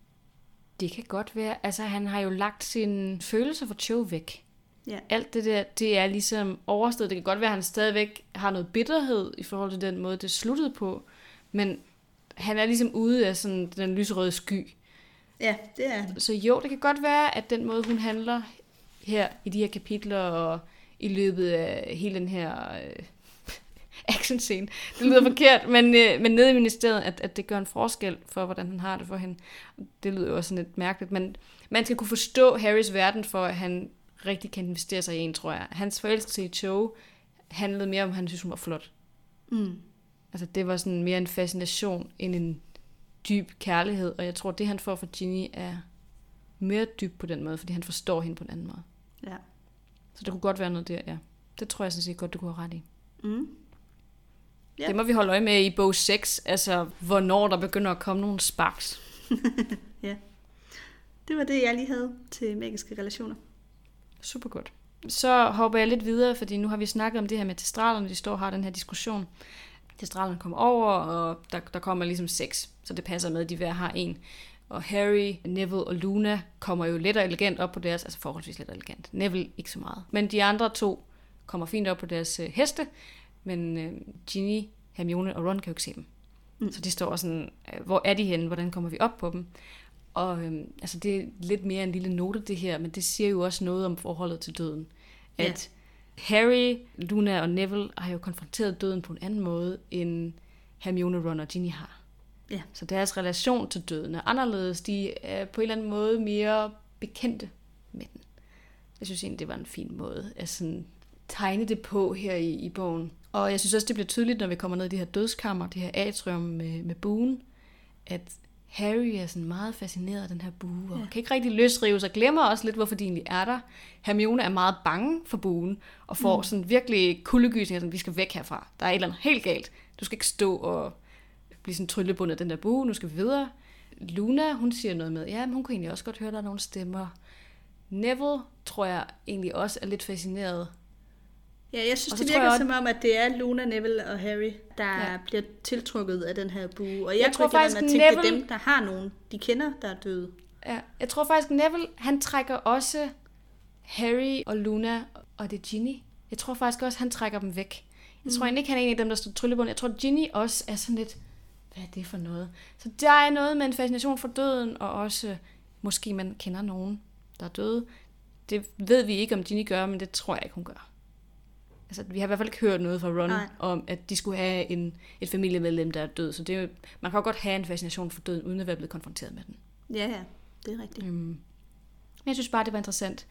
Det kan godt være. Altså, han har jo lagt sine følelser for Cho væk. Ja. Alt det der, det er ligesom overstået. Det kan godt være, at han stadigvæk har noget bitterhed i forhold til den måde, det sluttede på. Men han er ligesom ude af sådan den lyserøde sky. Ja, det er han. Så jo, det kan godt være, at den måde, hun handler her i de her kapitler og i løbet af hele den her øh, actionscene, det lyder forkert, men, øh, men nede i ministeriet, at, at det gør en forskel for, hvordan han har det for hende. Det lyder jo også sådan lidt mærkeligt, men man skal kunne forstå Harrys verden, for at han rigtig kan investere sig i en, tror jeg. Hans forelskelse i Cho handlede mere om, at han synes, hun var flot. Mm. Altså, det var sådan mere en fascination end en dyb kærlighed, og jeg tror, det han får fra Ginny er mere dyb på den måde, fordi han forstår hende på en anden måde. Ja. Så det kunne godt være noget der, ja. Det tror jeg sådan set godt, du kunne have ret i. Mm. Ja. Det må vi holde øje med i bog seks, altså hvornår der begynder at komme nogle sparks. Ja. Det var det, jeg lige havde til magiske relationer. Super godt. Så hopper jeg lidt videre, fordi nu har vi snakket om det her med testralerne, de står og har den her diskussion. Testralerne kommer over, og der, der kommer ligesom seks, så det passer med, at de hver har en. Og Harry, Neville og Luna kommer jo let og elegant op på deres, altså forholdsvis let og elegant. Neville ikke så meget. Men de andre to kommer fint op på deres øh, heste, men øh, Ginny, Hermione og Ron kan jo ikke se dem. Mm. Så de står sådan, øh, hvor er de henne, hvordan kommer vi op på dem? Og øh, altså det er lidt mere en lille note det her, men det siger jo også noget om forholdet til døden. At ja. Harry, Luna og Neville har jo konfronteret døden på en anden måde, end Hermione, Ron og Ginny har. Ja. Så deres relation til døden er anderledes. De er på en eller anden måde mere bekendte med den. Jeg synes egentlig, det var en fin måde at sådan tegne det på her i, i bogen. Og jeg synes også, det bliver tydeligt, når vi kommer ned i de her dødskammer, det her atrium med, med buen, at Harry er sådan meget fascineret af den her bue, og ja. kan ikke rigtig løsrive sig, glemmer også lidt, hvorfor de egentlig er der. Hermione er meget bange for buen, og får mm. sådan virkelig kuldegysninger, sådan, vi skal væk herfra. Der er et eller andet helt galt. Du skal ikke stå og blive sådan tryllebundet af den der bue, nu skal vi videre. Luna, hun siger noget med, ja, men hun kunne egentlig også godt høre, der er nogle stemmer. Neville, tror jeg egentlig også er lidt fascineret. Ja, jeg synes, det virker jeg, som om, at det er Luna, Neville og Harry, der ja. bliver tiltrukket af den her bue. Og jeg, jeg tror faktisk, at Neville... det er dem, der har nogen, de kender, der er døde. Ja, jeg tror faktisk, Neville, han trækker også Harry og Luna og det er Ginny. Jeg tror faktisk også, han trækker dem væk. Jeg mm. tror egentlig ikke, han er en af dem, der står tryllebund. Jeg tror, Ginny også er sådan lidt, hvad er det for noget? Så der er noget med en fascination for døden, og også, måske man kender nogen, der er døde. Det ved vi ikke, om Ginny gør, men det tror jeg ikke, hun gør. Altså, vi har i hvert fald ikke hørt noget fra Ron Nej. om, at de skulle have en, et familiemedlem, der er død. Så det er jo, man kan jo godt have en fascination for døden, uden at være blevet konfronteret med den. Ja, ja, det er rigtigt. Øhm, jeg synes bare, det var interessant.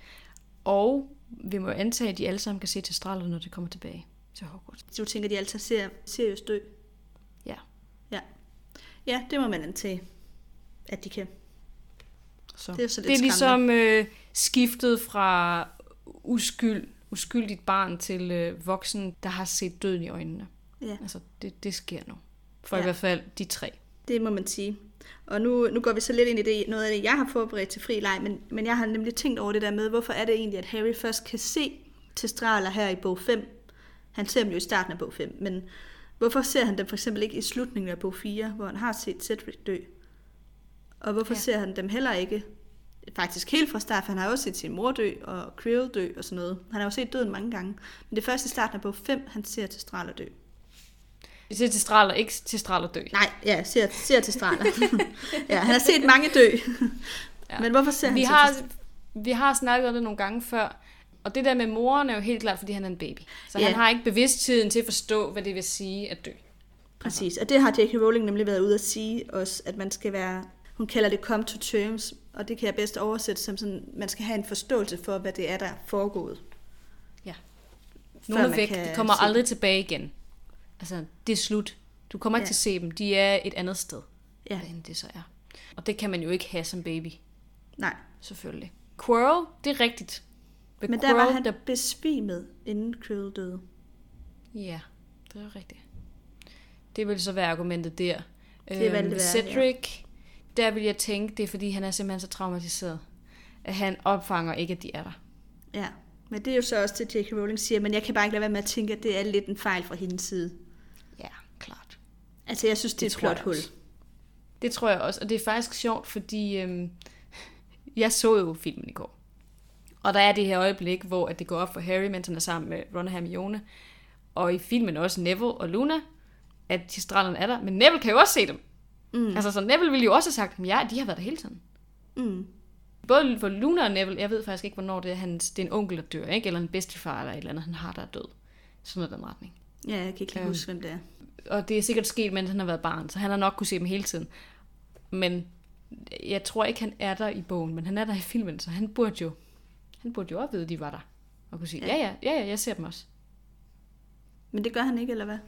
Og vi må antage, at de alle sammen kan se testralerne, når de kommer tilbage til Hogwarts. Så du tænker, at de altid ser Sirius dø? Ja. Ja. Ja, det må man antage, at de kan. Så. Det er, så lidt det er ligesom øh, skiftet fra uskyld, uskyldigt barn til øh, voksen, der har set døden i øjnene. Ja. Altså, det, det sker nu. For ja. i hvert fald de tre. Det må man sige. Og nu, nu går vi så lidt ind i det, noget af det, jeg har forberedt til fri leg, men, men jeg har nemlig tænkt over det der med, hvorfor er det egentlig, at Harry først kan se testraler her i bog fem. Han ser dem jo i starten af bog fem, men hvorfor ser han dem for eksempel ikke i slutningen af bog fire, hvor han har set Cedric dø? Og hvorfor ja. ser han dem heller ikke faktisk helt fra start, for han har jo også set sin mor dø, og Quirrell dø og sådan noget. Han har jo set døden mange gange. Men det er først i starten af bog fem, han ser testraler dø. Vi ser til Straller, ikke til Straller dø. Nej, ja, ser, ser til Straller. Ja, han har set mange dø. Ja. Men hvorfor ser han vi så har, til... Vi har snakket om det nogle gange før, og det der med moren er jo helt klart, fordi han er en baby. Så ja. han har ikke bevidstheden til at forstå, hvad det vil sige at dø. Præcis, og det har J K. Rowling nemlig været ude at sige også, at man skal være, hun kalder det come to terms, og det kan jeg bedst oversætte som sådan, man skal have en forståelse for, hvad det er, der er foregået. Ja. Nogle er væk, de kommer aldrig tilbage igen. Altså, det er slut. Du kommer ikke ja. til at se dem. De er et andet sted, ja. end det så er. Og det kan man jo ikke have som baby. Nej. Selvfølgelig. Quirrell, det er rigtigt. Ved Men Quirrell, der var han der... besvimet, inden Quirrell døde. Ja, det er rigtigt. Det vil så være argumentet der. Det øhm, være, Cedric, ja. Der vil jeg tænke, det er fordi, han er simpelthen så traumatiseret, at han opfanger ikke, at de er der. Ja, men det er jo så også det, J K. Rowling siger, men jeg kan bare ikke lade være med at tænke, at det er lidt en fejl fra hendes side. Ja, klart. Altså, jeg synes, det, det er et flot hul. Det tror jeg også, og det er faktisk sjovt, fordi øhm, jeg så jo filmen i går. Og der er det her øjeblik, hvor at det går op for Harry, mens han er sammen med Ron og Hermione. Og i filmen også Neville og Luna, at Testralerne er der. Men Neville kan jo også se dem. Mm. Altså, så Neville ville jo også have sagt, ja, de har været der hele tiden. Mm. Både for Luna og Neville, jeg ved faktisk ikke, hvornår det er, hans, det er en onkel, der dør, ikke? Eller en bedstefar, eller et eller andet, han har, der er død. Sådan noget den retning. Ja, jeg kan ikke lige huske, hvem det er. Og det er sikkert sket, mens han har været barn, så han har nok kunne se dem hele tiden. Men jeg tror ikke, han er der i bogen, men han er der i filmen, så han burde jo, han burde jo også vide, at de var der. Og kunne sige, ja, ja, ja, ja, jeg ser dem også. Men det gør han ikke, eller hvad?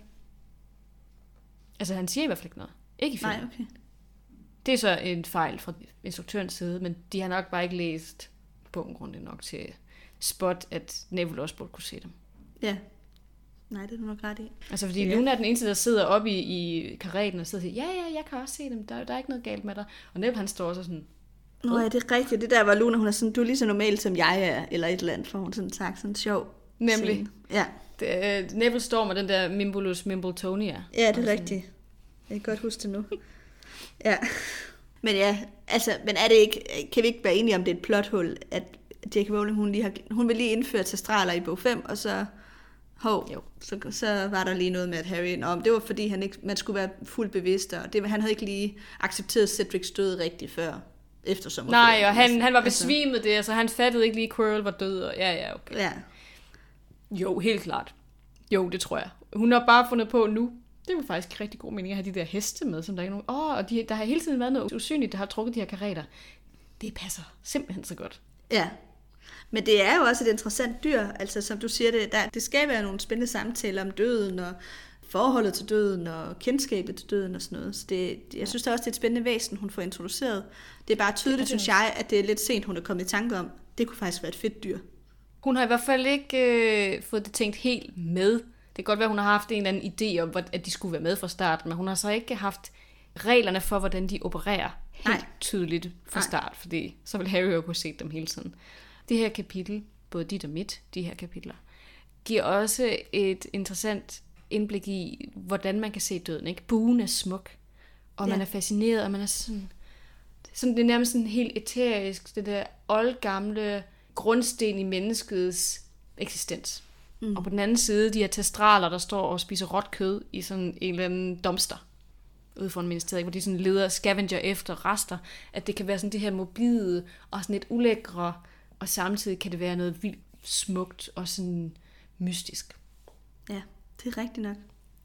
Altså, han siger i hvert fald ikke noget. Ikke i filmen. Nej, okay. Det er så en fejl fra instruktørens side, men de har nok bare ikke læst bogen grundigt nok til spot, at Neville også burde kunne se dem. Ja. Nej, det er du nok ret i. Altså, fordi ja. Luna er den eneste, der sidder oppe i, i kareten og sidder og siger, ja, ja, jeg kan også se dem, der, der er ikke noget galt med dig. Og Neville, han står også sådan... Nå ja, det er rigtigt. Det der var Luna, hun er sådan, du er lige så normal, som jeg er, eller et eller andet, for hun sådan sagt sådan sjov. Nemlig. Scene. Ja. Det, uh, Neville står med den der Mimbulus Mimbletonia. Ja, det er rigtigt. Jeg kan godt huske det nu. Ja. Men ja, altså, men er det ikke, kan vi ikke være enige om, det er et plothul, at J K. Rowling, hun, lige har, hun vil lige indføre testraler i bog fem, og så, hov, jo. så, så var der lige noget med, at Harry, nå, det var fordi, han ikke, man skulle være fuldt bevidst, og det, han havde ikke lige accepteret Cedrics død rigtigt før, efter sommerferien. Nej, og han, han var besvimet altså. Der, så han fattede ikke lige, at Quirrell var død, og ja, ja, okay. Ja. Jo, helt klart. Jo, det tror jeg. Hun har bare fundet på nu, det var faktisk rigtig god mening at have de der heste med, som der ikke er nogen... Åh, og de, der har hele tiden været noget usynligt, der har trukket de her kareter. Det passer simpelthen så godt. Ja, men det er jo også et interessant dyr, altså som du siger, det, der, det skal være nogle spændende samtaler om døden, og forholdet til døden, og kendskabet til døden og sådan noget. Så det, jeg synes da også, det er et spændende væsen, hun får introduceret. Det er bare tydeligt, synes jeg, at det er lidt sent, hun er kommet i tanke om. Det kunne faktisk være et fedt dyr. Hun har i hvert fald ikke øh, fået det tænkt helt med. Det kan godt være, at hun har haft en eller anden idé om, at de skulle være med fra starten, men hun har så ikke haft reglerne for, hvordan de opererer helt Nej. tydeligt fra start, Nej. Fordi så vil Harry jo kunne se dem hele tiden. Det her kapitel, både dit og mit, de her kapitler, giver også et interessant indblik i, hvordan man kan se døden. Ikke? Buen er smuk, og ja. Man er fascineret, og man er sådan, sådan, det er nærmest sådan helt eterisk, det der oldgamle grundsten i menneskets eksistens. Mm. Og på den anden side, de her testraler, der står og spiser råt kød i sådan en eller anden dumpster ude for en ministeriet, hvor de sådan leder scavenger efter rester, at det kan være sådan det her morbide og sådan lidt ulækre, og samtidig kan det være noget vildt smukt og sådan mystisk. Ja, det er rigtigt nok.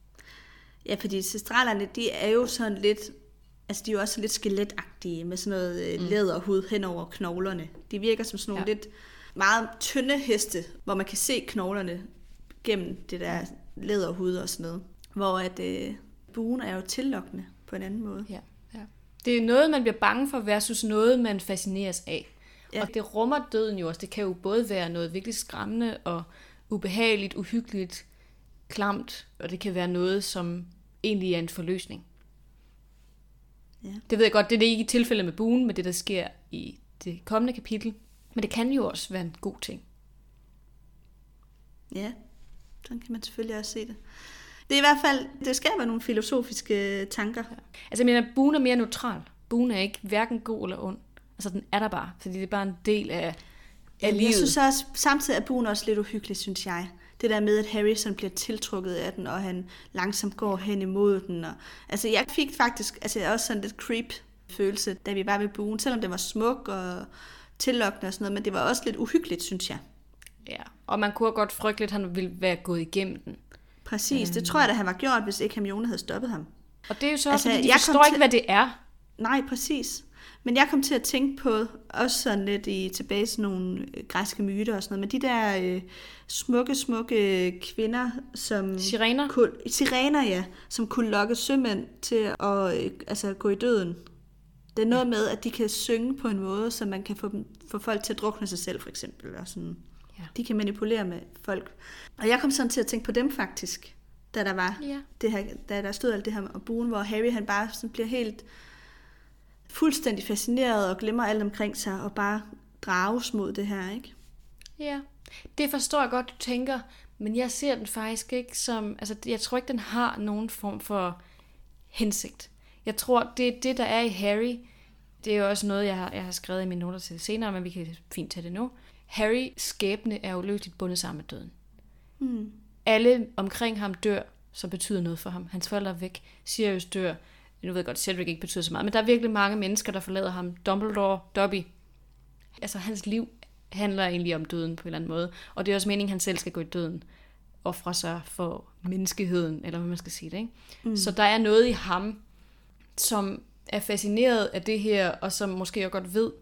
Ja, fordi testralerne, de er jo sådan lidt, altså de er jo også lidt skeletagtige, med sådan noget mm. læderhud hen over knoglerne. De virker som sådan nogle ja. lidt meget tynde heste, hvor man kan se knoglerne gennem det der læderhud og sådan noget. Hvor at øh, buen er jo tillokkende på en anden måde. Ja, ja. Det er noget, man bliver bange for versus noget, man fascineres af. Ja. Og det rummer døden jo også. Det kan jo både være noget virkelig skræmmende og ubehageligt, uhyggeligt, klamt, og det kan være noget, som egentlig er en forløsning. Ja. Det ved jeg godt, det er ikke i tilfælde med buen, med det, der sker i det kommende kapitel. Men det kan jo også være en god ting. Ja, sådan kan man selvfølgelig også se det. Det er i hvert fald, det skal være nogle filosofiske tanker. Ja. Altså jeg mener, buen er mere neutral. Buen er ikke hverken god eller ond. Altså den er der bare, fordi det er bare en del af, af ja, livet. Jeg synes også, samtidig er buen også lidt uhyggelig, synes jeg. det der med, at Harry sådan bliver tiltrukket af den, og han langsomt går hen imod den. Og, altså jeg fik faktisk altså, også sådan lidt creep-følelse, da vi var ved buen, selvom det var smuk og tillokkende og sådan noget, men det var også lidt uhyggeligt, synes jeg. Ja, og man kunne godt frygte lidt, at han ville være gået igennem den. Præcis, det tror jeg da, han var gjort, hvis ikke Hermione havde stoppet ham. Og det er jo så også, altså, fordi de forstår ikke, til... hvad det er. Nej, præcis. Men jeg kom til at tænke på, også sådan lidt i tilbage til nogle græske myter og sådan noget, men de der øh, smukke, smukke kvinder, som... Sirener? Kunne, sirener, ja. Som kunne lokke sømænd til at øh, altså, gå i døden. Det er noget med, at de kan synge på en måde, så man kan få, dem, få folk til at drukne sig selv, for eksempel. Og sådan. Ja. De kan manipulere med folk. Og jeg kom sådan til at tænke på dem faktisk, da der var ja. det her, da der stod alt det her om buen, hvor Harry han bare sådan bliver helt fuldstændig fascineret og glemmer alt omkring sig og bare drages mod det her, ikke? Ja, det forstår jeg godt, du tænker, men jeg ser den faktisk ikke som, altså jeg tror ikke, den har nogen form for hensigt. Jeg tror, det er det, der er i Harry. Det er jo også noget, jeg har, jeg har skrevet i mine noter til senere, men vi kan fint tage det nu. Harry skæbne er uløseligt bundet sammen med døden. Mm. Alle omkring ham dør, som betyder noget for ham. Hans forældre er væk. Sirius dør. Nu ved jeg godt, at Cedric ikke betyder så meget, men der er virkelig mange mennesker, der forlader ham. Dumbledore, Dobby. Altså, hans liv handler egentlig om døden på en eller anden måde. Og det er også meningen, at han selv skal gå i døden. Ofre sig for menneskeheden, eller hvad man skal sige det, ikke? Mm. Så der er noget i ham, som er fascineret af det her, og som måske også godt ved,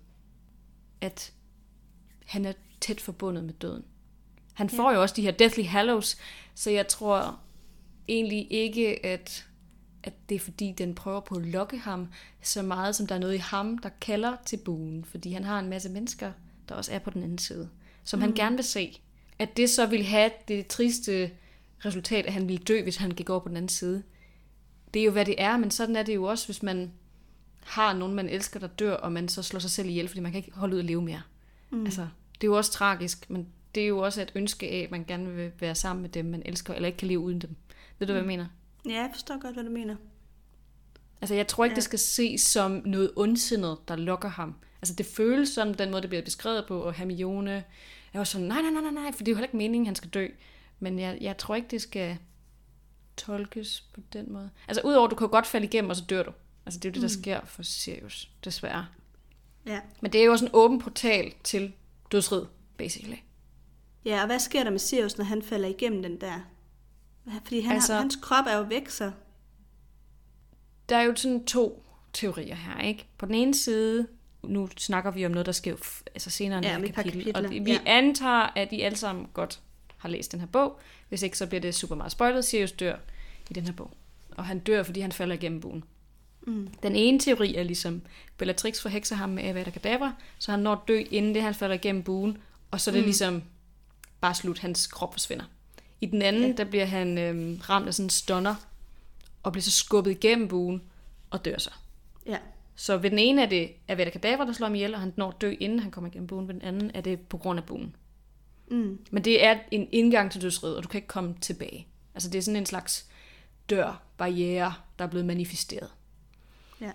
at han er tæt forbundet med døden. Han får ja. jo også de her Deathly Hallows, så jeg tror egentlig ikke, at, at det er fordi, den prøver på at lokke ham så meget, som der er noget i ham, der kalder til buen, fordi han har en masse mennesker, der også er på den anden side, som mm. han gerne vil se. At det så vil have det triste resultat, at han ville dø, hvis han gik over på den anden side. Det er jo, hvad det er, men sådan er det jo også, hvis man har nogen, man elsker, der dør, og man så slår sig selv ihjel, fordi man kan ikke holde ud at leve mere. Mm. Altså, det er jo også tragisk, men det er jo også et ønske af, at man gerne vil være sammen med dem, man elsker, eller ikke kan leve uden dem. Ved du, mm. hvad jeg mener? Ja, jeg forstår godt, hvad du mener. Altså, jeg tror ikke, ja. det skal ses som noget ondsindet, der lokker ham. Altså, det føles som den måde, det bliver beskrevet på, og Hermione er jo sådan, nej, nej, nej, nej, nej, for det er jo heller ikke meningen, han skal dø. Men jeg, jeg tror ikke, det skal tolkes på den måde. Altså, udover, du kan jo godt falde igennem, og så dør du. Altså, det er jo det, der sker for Sirius, desværre. Ja. Men det er jo også en åben portal til dødsrid, basically. Ja, og hvad sker der med Sirius, når han falder igennem den der? Fordi han altså, har, hans krop er jo væk, så... Der er jo sådan to teorier her, ikke? På den ene side, nu snakker vi om noget, der sker altså senere i ja, det her kapitel, og vi ja. antager, at I alle sammen godt har læst den her bog. Hvis ikke, så bliver det super meget spoilet. Sirius dør i den her bog. Og han dør, fordi han falder igennem buen. Mm. Den ene teori er ligesom, Bellatrix forhekser ham med Avada Kedavra, så han når at dø, inden det han falder igennem buen, og så er det mm. ligesom bare slut, hans krop forsvinder. I den anden, ja. der bliver han øhm, ramt af sådan en stunner, og bliver så skubbet igennem buen, og dør så. Ja. Så ved den ene er det Avada Kedavra, der slår ham ihjel, og han når at dø, inden han kommer igennem buen. Ved den anden er det på grund af buen. Mm. Men det er en indgang til dødsriget, og du kan ikke komme tilbage. Altså det er sådan en slags dør, barriere, der er blevet manifesteret. Ja.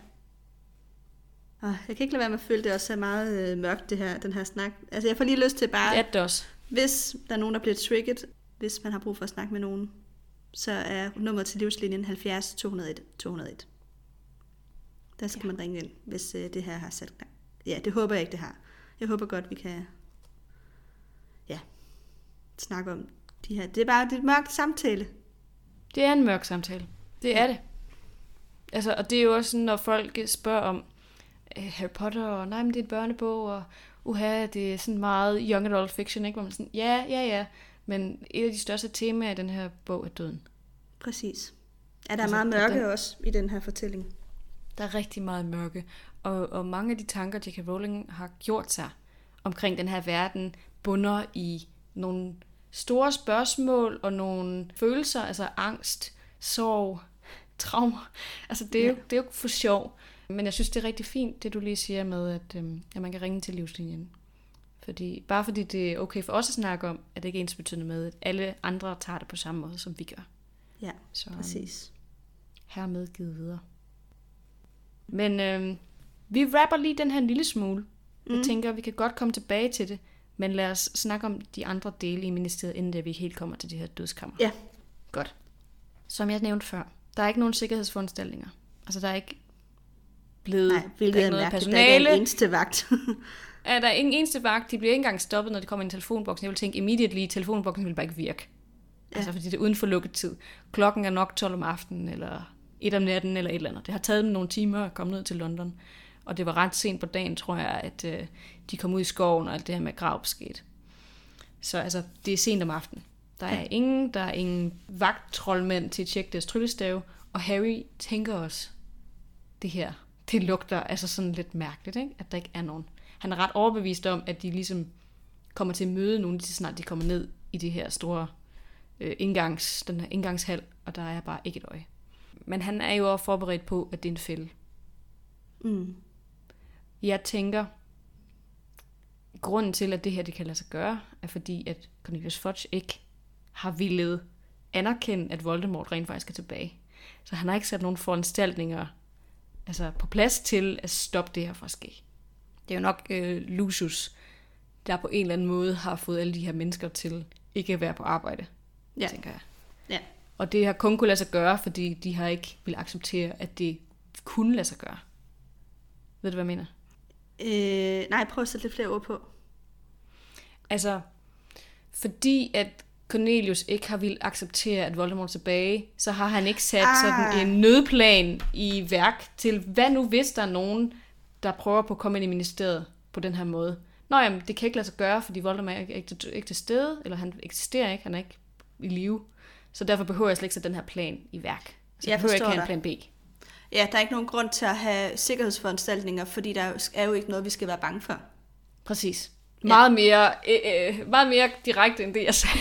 Og jeg kan ikke lade være med at føle, det også er meget øh, mørkt, det her, den her snak. Altså jeg får lige lyst til bare... Det er det også. Hvis der er nogen, der bliver trigget, hvis man har brug for at snakke med nogen, så er nummeret til livslinjen halvfjerds to hundrede og en to hundrede og en. Der skal ja. man ringe ind, hvis øh, det her har sat gang. Ja, det håber jeg ikke, det har. Jeg håber godt, vi kan ja, snakke om de her. Det er bare det er et mørkt samtale. Det er en mørk samtale. Det er ja. det. Altså, og det er jo også sådan, når folk spørger om uh, Harry Potter, og nej, men det er en børnebog, og uha, det er sådan meget young adult fiction, ikke? Hvor man sådan, ja, ja, ja. Men et af de største temaer i den her bog er døden. Præcis. Er der altså, meget mørke den, også i den her fortælling? Der er rigtig meget mørke. Og, og mange af de tanker, J K Rowling har gjort sig omkring den her verden, bunder i nogle store spørgsmål og nogle følelser, altså angst, sorg, traumer. Altså det er, ja. jo, det er jo for sjov. Men jeg synes, det er rigtig fint, det du lige siger med, at, øhm, at man kan ringe til livslinjen. Fordi, bare fordi det er okay for os at snakke om, at det ikke er ensbetydende med, at alle andre tager det på samme måde, som vi gør. Ja, så, præcis. Hermed givet videre. Men øhm, vi rapper lige den her en lille smule. Jeg mm. tænker, vi kan godt komme tilbage til det. Men lad os snakke om de andre dele i ministeriet, inden det vi helt kommer til det her dødskammer. Ja. Godt. Som jeg nævnte før, der er ikke nogen sikkerhedsforanstaltninger. Altså, der er ikke blevet Nej, hvilket er noget mærkeligt. personale. Der er ikke en eneste vagt. Ja, der er ingen eneste vagt. De bliver ikke engang stoppet, når de kommer ind i telefonboksen. Jeg vil tænke, immediately, telefonboksen vil bare ikke virke. Ja. Altså, fordi det er uden for lukket tid. Klokken er nok tolv om aftenen, eller et om natten, eller et eller andet. Det har taget dem nogle timer at komme ned til London. Og det var ret sent på dagen, tror jeg, at øh, de kom ud i skoven, og alt det her med grav skete. Så altså, det er sent om aftenen. Der er ja. ingen, der er ingen vagttroldmænd til at tjekke deres tryllestave. Og Harry tænker også, det her, det lugter altså sådan lidt mærkeligt, ikke? At der ikke er nogen. Han er ret overbevist om, at de ligesom kommer til at møde nogen, lige så snart de kommer ned i det her store øh, indgangs, den her indgangshal, og der er bare ikke et øje. Men han er jo også forberedt på, at det er en fælde. Mm. Jeg tænker, grunden til, at det her det kan lade sig gøre, er fordi, at Cornelius Fudge ikke har villet anerkende, at Voldemort rent faktisk er tilbage. Så han har ikke sat nogen foranstaltninger altså på plads til at stoppe det her fra at ske. Det er jo nok øh, Lucius, der på en eller anden måde har fået alle de her mennesker til ikke at være på arbejde, ja. tænker jeg. Ja. Og det har kun kunne lade sig gøre, fordi de har ikke vil acceptere, at det kunne lade sig gøre. Ved du, hvad jeg mener? Øh, nej, prøv at sætte lidt flere ord på. Altså, fordi at Cornelius ikke har vil acceptere, at Voldemort er tilbage, så har han ikke sat ah. sådan en nødplan i værk til, hvad nu hvis der er nogen, der prøver på at komme ind i ministeriet på den her måde. Nå jamen, det kan ikke lade sig gøre, fordi Voldemort er ikke, ikke, ikke til stede, eller han eksisterer ikke, han er ikke i live. Så derfor behøver jeg slet ikke sætte den her plan i værk. Så jeg behøver ikke have en plan B. Ja, der er ikke nogen grund til at have sikkerhedsforanstaltninger, fordi der er jo ikke noget, vi skal være bange for. Præcis. Ja. Meget, mere, øh, øh, meget mere direkte, end det, jeg sagde.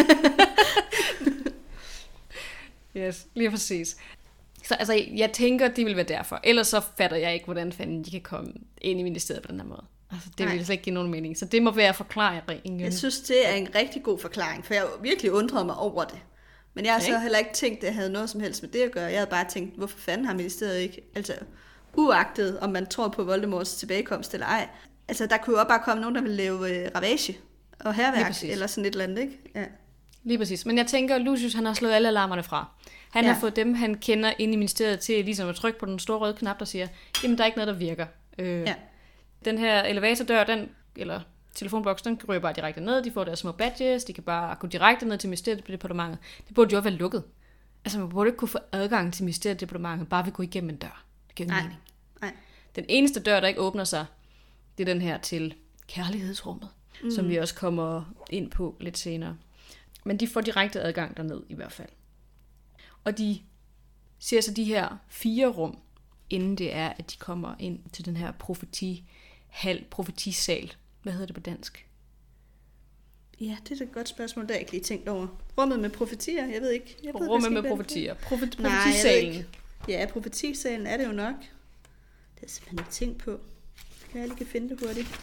Yes, lige præcis. Så altså, jeg tænker, det vil være derfor. Ellers så fatter jeg ikke, hvordan fanden de kan komme ind i ministeriet på den her måde. Altså, det Nej. vil slet ikke give nogen mening. Så det må være forklaringen. Jeg synes, det er en rigtig god forklaring, for jeg virkelig undrede mig over det. Men jeg har okay. så heller ikke tænkt, at det havde noget som helst med det at gøre. Jeg havde bare tænkt, hvorfor fanden har ministeriet ikke, altså uagtet, om man tror på Voldemorts tilbagekomst eller ej. Altså, der kunne jo også bare komme nogen, der ville lave øh, ravage og hærværk, eller sådan et eller andet, ikke? Ja. Lige præcis. Men jeg tænker, at Lucius, han har slået alle alarmerne fra. Han ja. har fået dem, han kender ind i ministeriet til ligesom at trykke på den store røde knap, der siger, jamen, der er ikke noget, der virker. Øh, ja. Den her elevatordør, den, eller telefonboks, den ryger bare direkte ned. De får deres små badges, de kan bare gå direkte ned til ministeriet-departementet. Det burde jo være lukket. Altså, man burde ikke kunne få adgang til ministeriet-departementet, bare ved at gå igennem en dør. Det giver ingen mening. Nej. Den eneste dør, der ikke åbner sig, det er den her til kærlighedsrummet, mm. som vi også kommer ind på lidt senere. Men de får direkte adgang derned i hvert fald. Og de ser så de her fire rum, inden det er, at de kommer ind til den her profetihal, profetisal. Hvad hedder det på dansk? Ja, det er et godt spørgsmål, der jeg ikke lige tænkt over. Rummet med profetier, jeg ved ikke. Jeg ved, Rummet med profetier. Profet- profetisalen. Nej, ja, profetisalen er det jo nok. Det har jeg simpelthen ikke tænkt på. Kan jeg lige kan finde det hurtigt?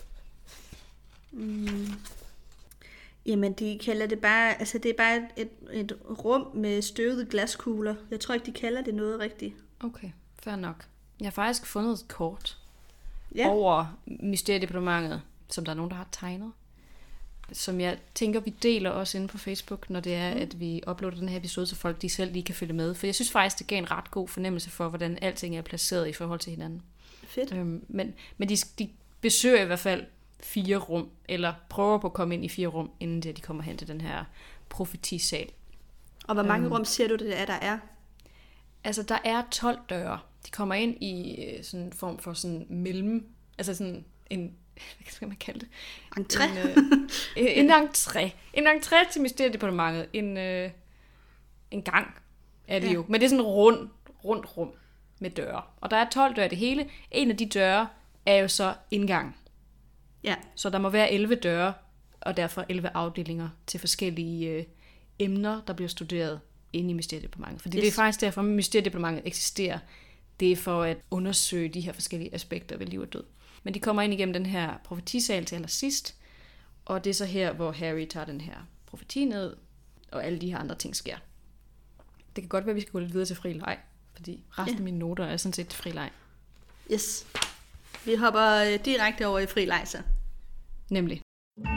Mm. Jamen, de kalder det bare, altså det er bare et, et, et rum med støvede glaskugler. Jeg tror ikke, de kalder det noget rigtigt. Okay, fair nok. Jeg har faktisk fundet et kort ja. over Mysteriedepartementet, som der er nogen, der har tegnet. Som jeg tænker, vi deler også inde på Facebook, når det er, mm. at vi uploader den her episode, så folk de selv lige kan følge med. For jeg synes faktisk, det gav en ret god fornemmelse for, hvordan alting er placeret i forhold til hinanden. Fedt. Øhm, men men de, de besøger i hvert fald fire rum, eller prøver på at komme ind i fire rum, inden de kommer hen til den her profetisal. Og hvor mange øhm, rum siger du, det er, der er? Altså, der er tolv døre. De kommer ind i sådan en form for sådan mellem, altså sådan en, hvad skal man kalde det? Entré? En, øh, en entré. En entré til Mysteriedepartementet. En, øh, en gang er det ja. jo. Men det er sådan en rund, rundt rum med døre. Og der er tolv døre i det hele. En af de døre er jo så indgang. Ja. Så der må være elleve døre, og derfor elleve afdelinger til forskellige øh, emner, der bliver studeret inde i Mysteriedepartementet. Fordi yes. det er faktisk derfor, at Mysteriedepartementet eksisterer. Det er for at undersøge de her forskellige aspekter ved liv og død. Men de kommer ind igennem den her profetisal til allersidst, og det er så her, hvor Harry tager den her profeti ned, og alle de her andre ting sker. Det kan godt være, at vi skal gå lidt videre til fri leg, fordi resten ja. af mine noter er sådan set fri leg. Yes. Vi hopper direkte over i fri leg, så. Nemlig.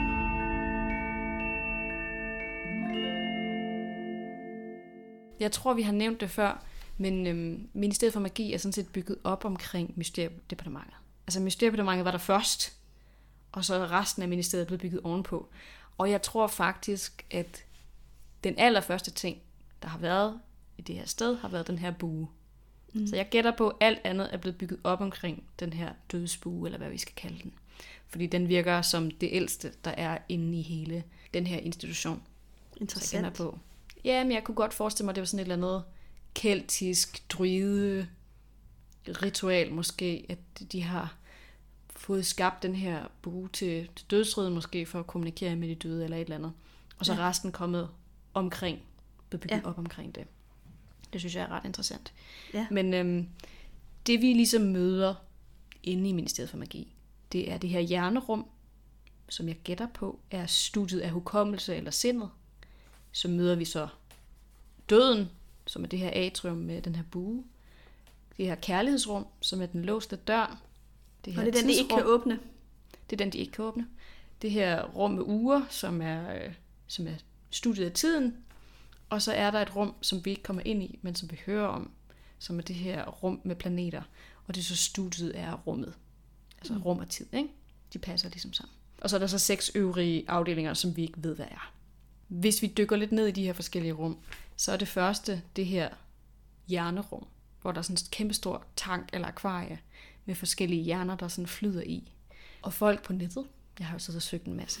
Jeg tror, vi har nævnt det før, men øhm, Ministeriet for Magi er sådan set bygget op omkring Mysteriedepartementet. Altså Mysteriedepartementet var der først, og så resten af ministeriet blev bygget ovenpå. Og jeg tror faktisk, at den allerførste ting, der har været i det her sted, har været den her bue. Mm. Så jeg gætter på, at alt andet er blevet bygget op omkring den her dødsbue, eller hvad vi skal kalde den. Fordi den virker som det ældste, der er inde i hele den her institution. Interessant. På. Ja, men jeg kunne godt forestille mig, at det var sådan et eller andet keltisk, druide ritual måske, at de har fået skabt den her bue til, til dødsriget måske, for at kommunikere med de døde eller et eller andet. Og så ja. resten kommet omkring, blevet bygget ja. op omkring det. Det synes jeg er ret interessant. Ja. Men øhm, det vi ligesom møder inde i Ministeriet for Magi, det er det her hjernerum, som jeg gætter på, er studiet af hukommelse eller sindet. Så møder vi så døden, som er det her atrium med den her bue. Det her kærlighedsrum, som er den låste dør. Det her og det er den, de ikke kan åbne. Det er den, de ikke kan åbne. Det her rum med uger, som er, øh, som er studiet af tiden. Og så er der et rum, som vi ikke kommer ind i, men som vi hører om, som er det her rum med planeter. Og det er så studiet af rummet. Altså mm. rum og tid, ikke? De passer ligesom sammen. Og så er der så seks øvrige afdelinger, som vi ikke ved, hvad er. Hvis vi dykker lidt ned i de her forskellige rum, så er det første det her hjernerum, hvor der er sådan en kæmpestor tank eller akvarie med forskellige hjerner, der sådan flyder i. Og folk på nettet, jeg har jo så søgt en masse,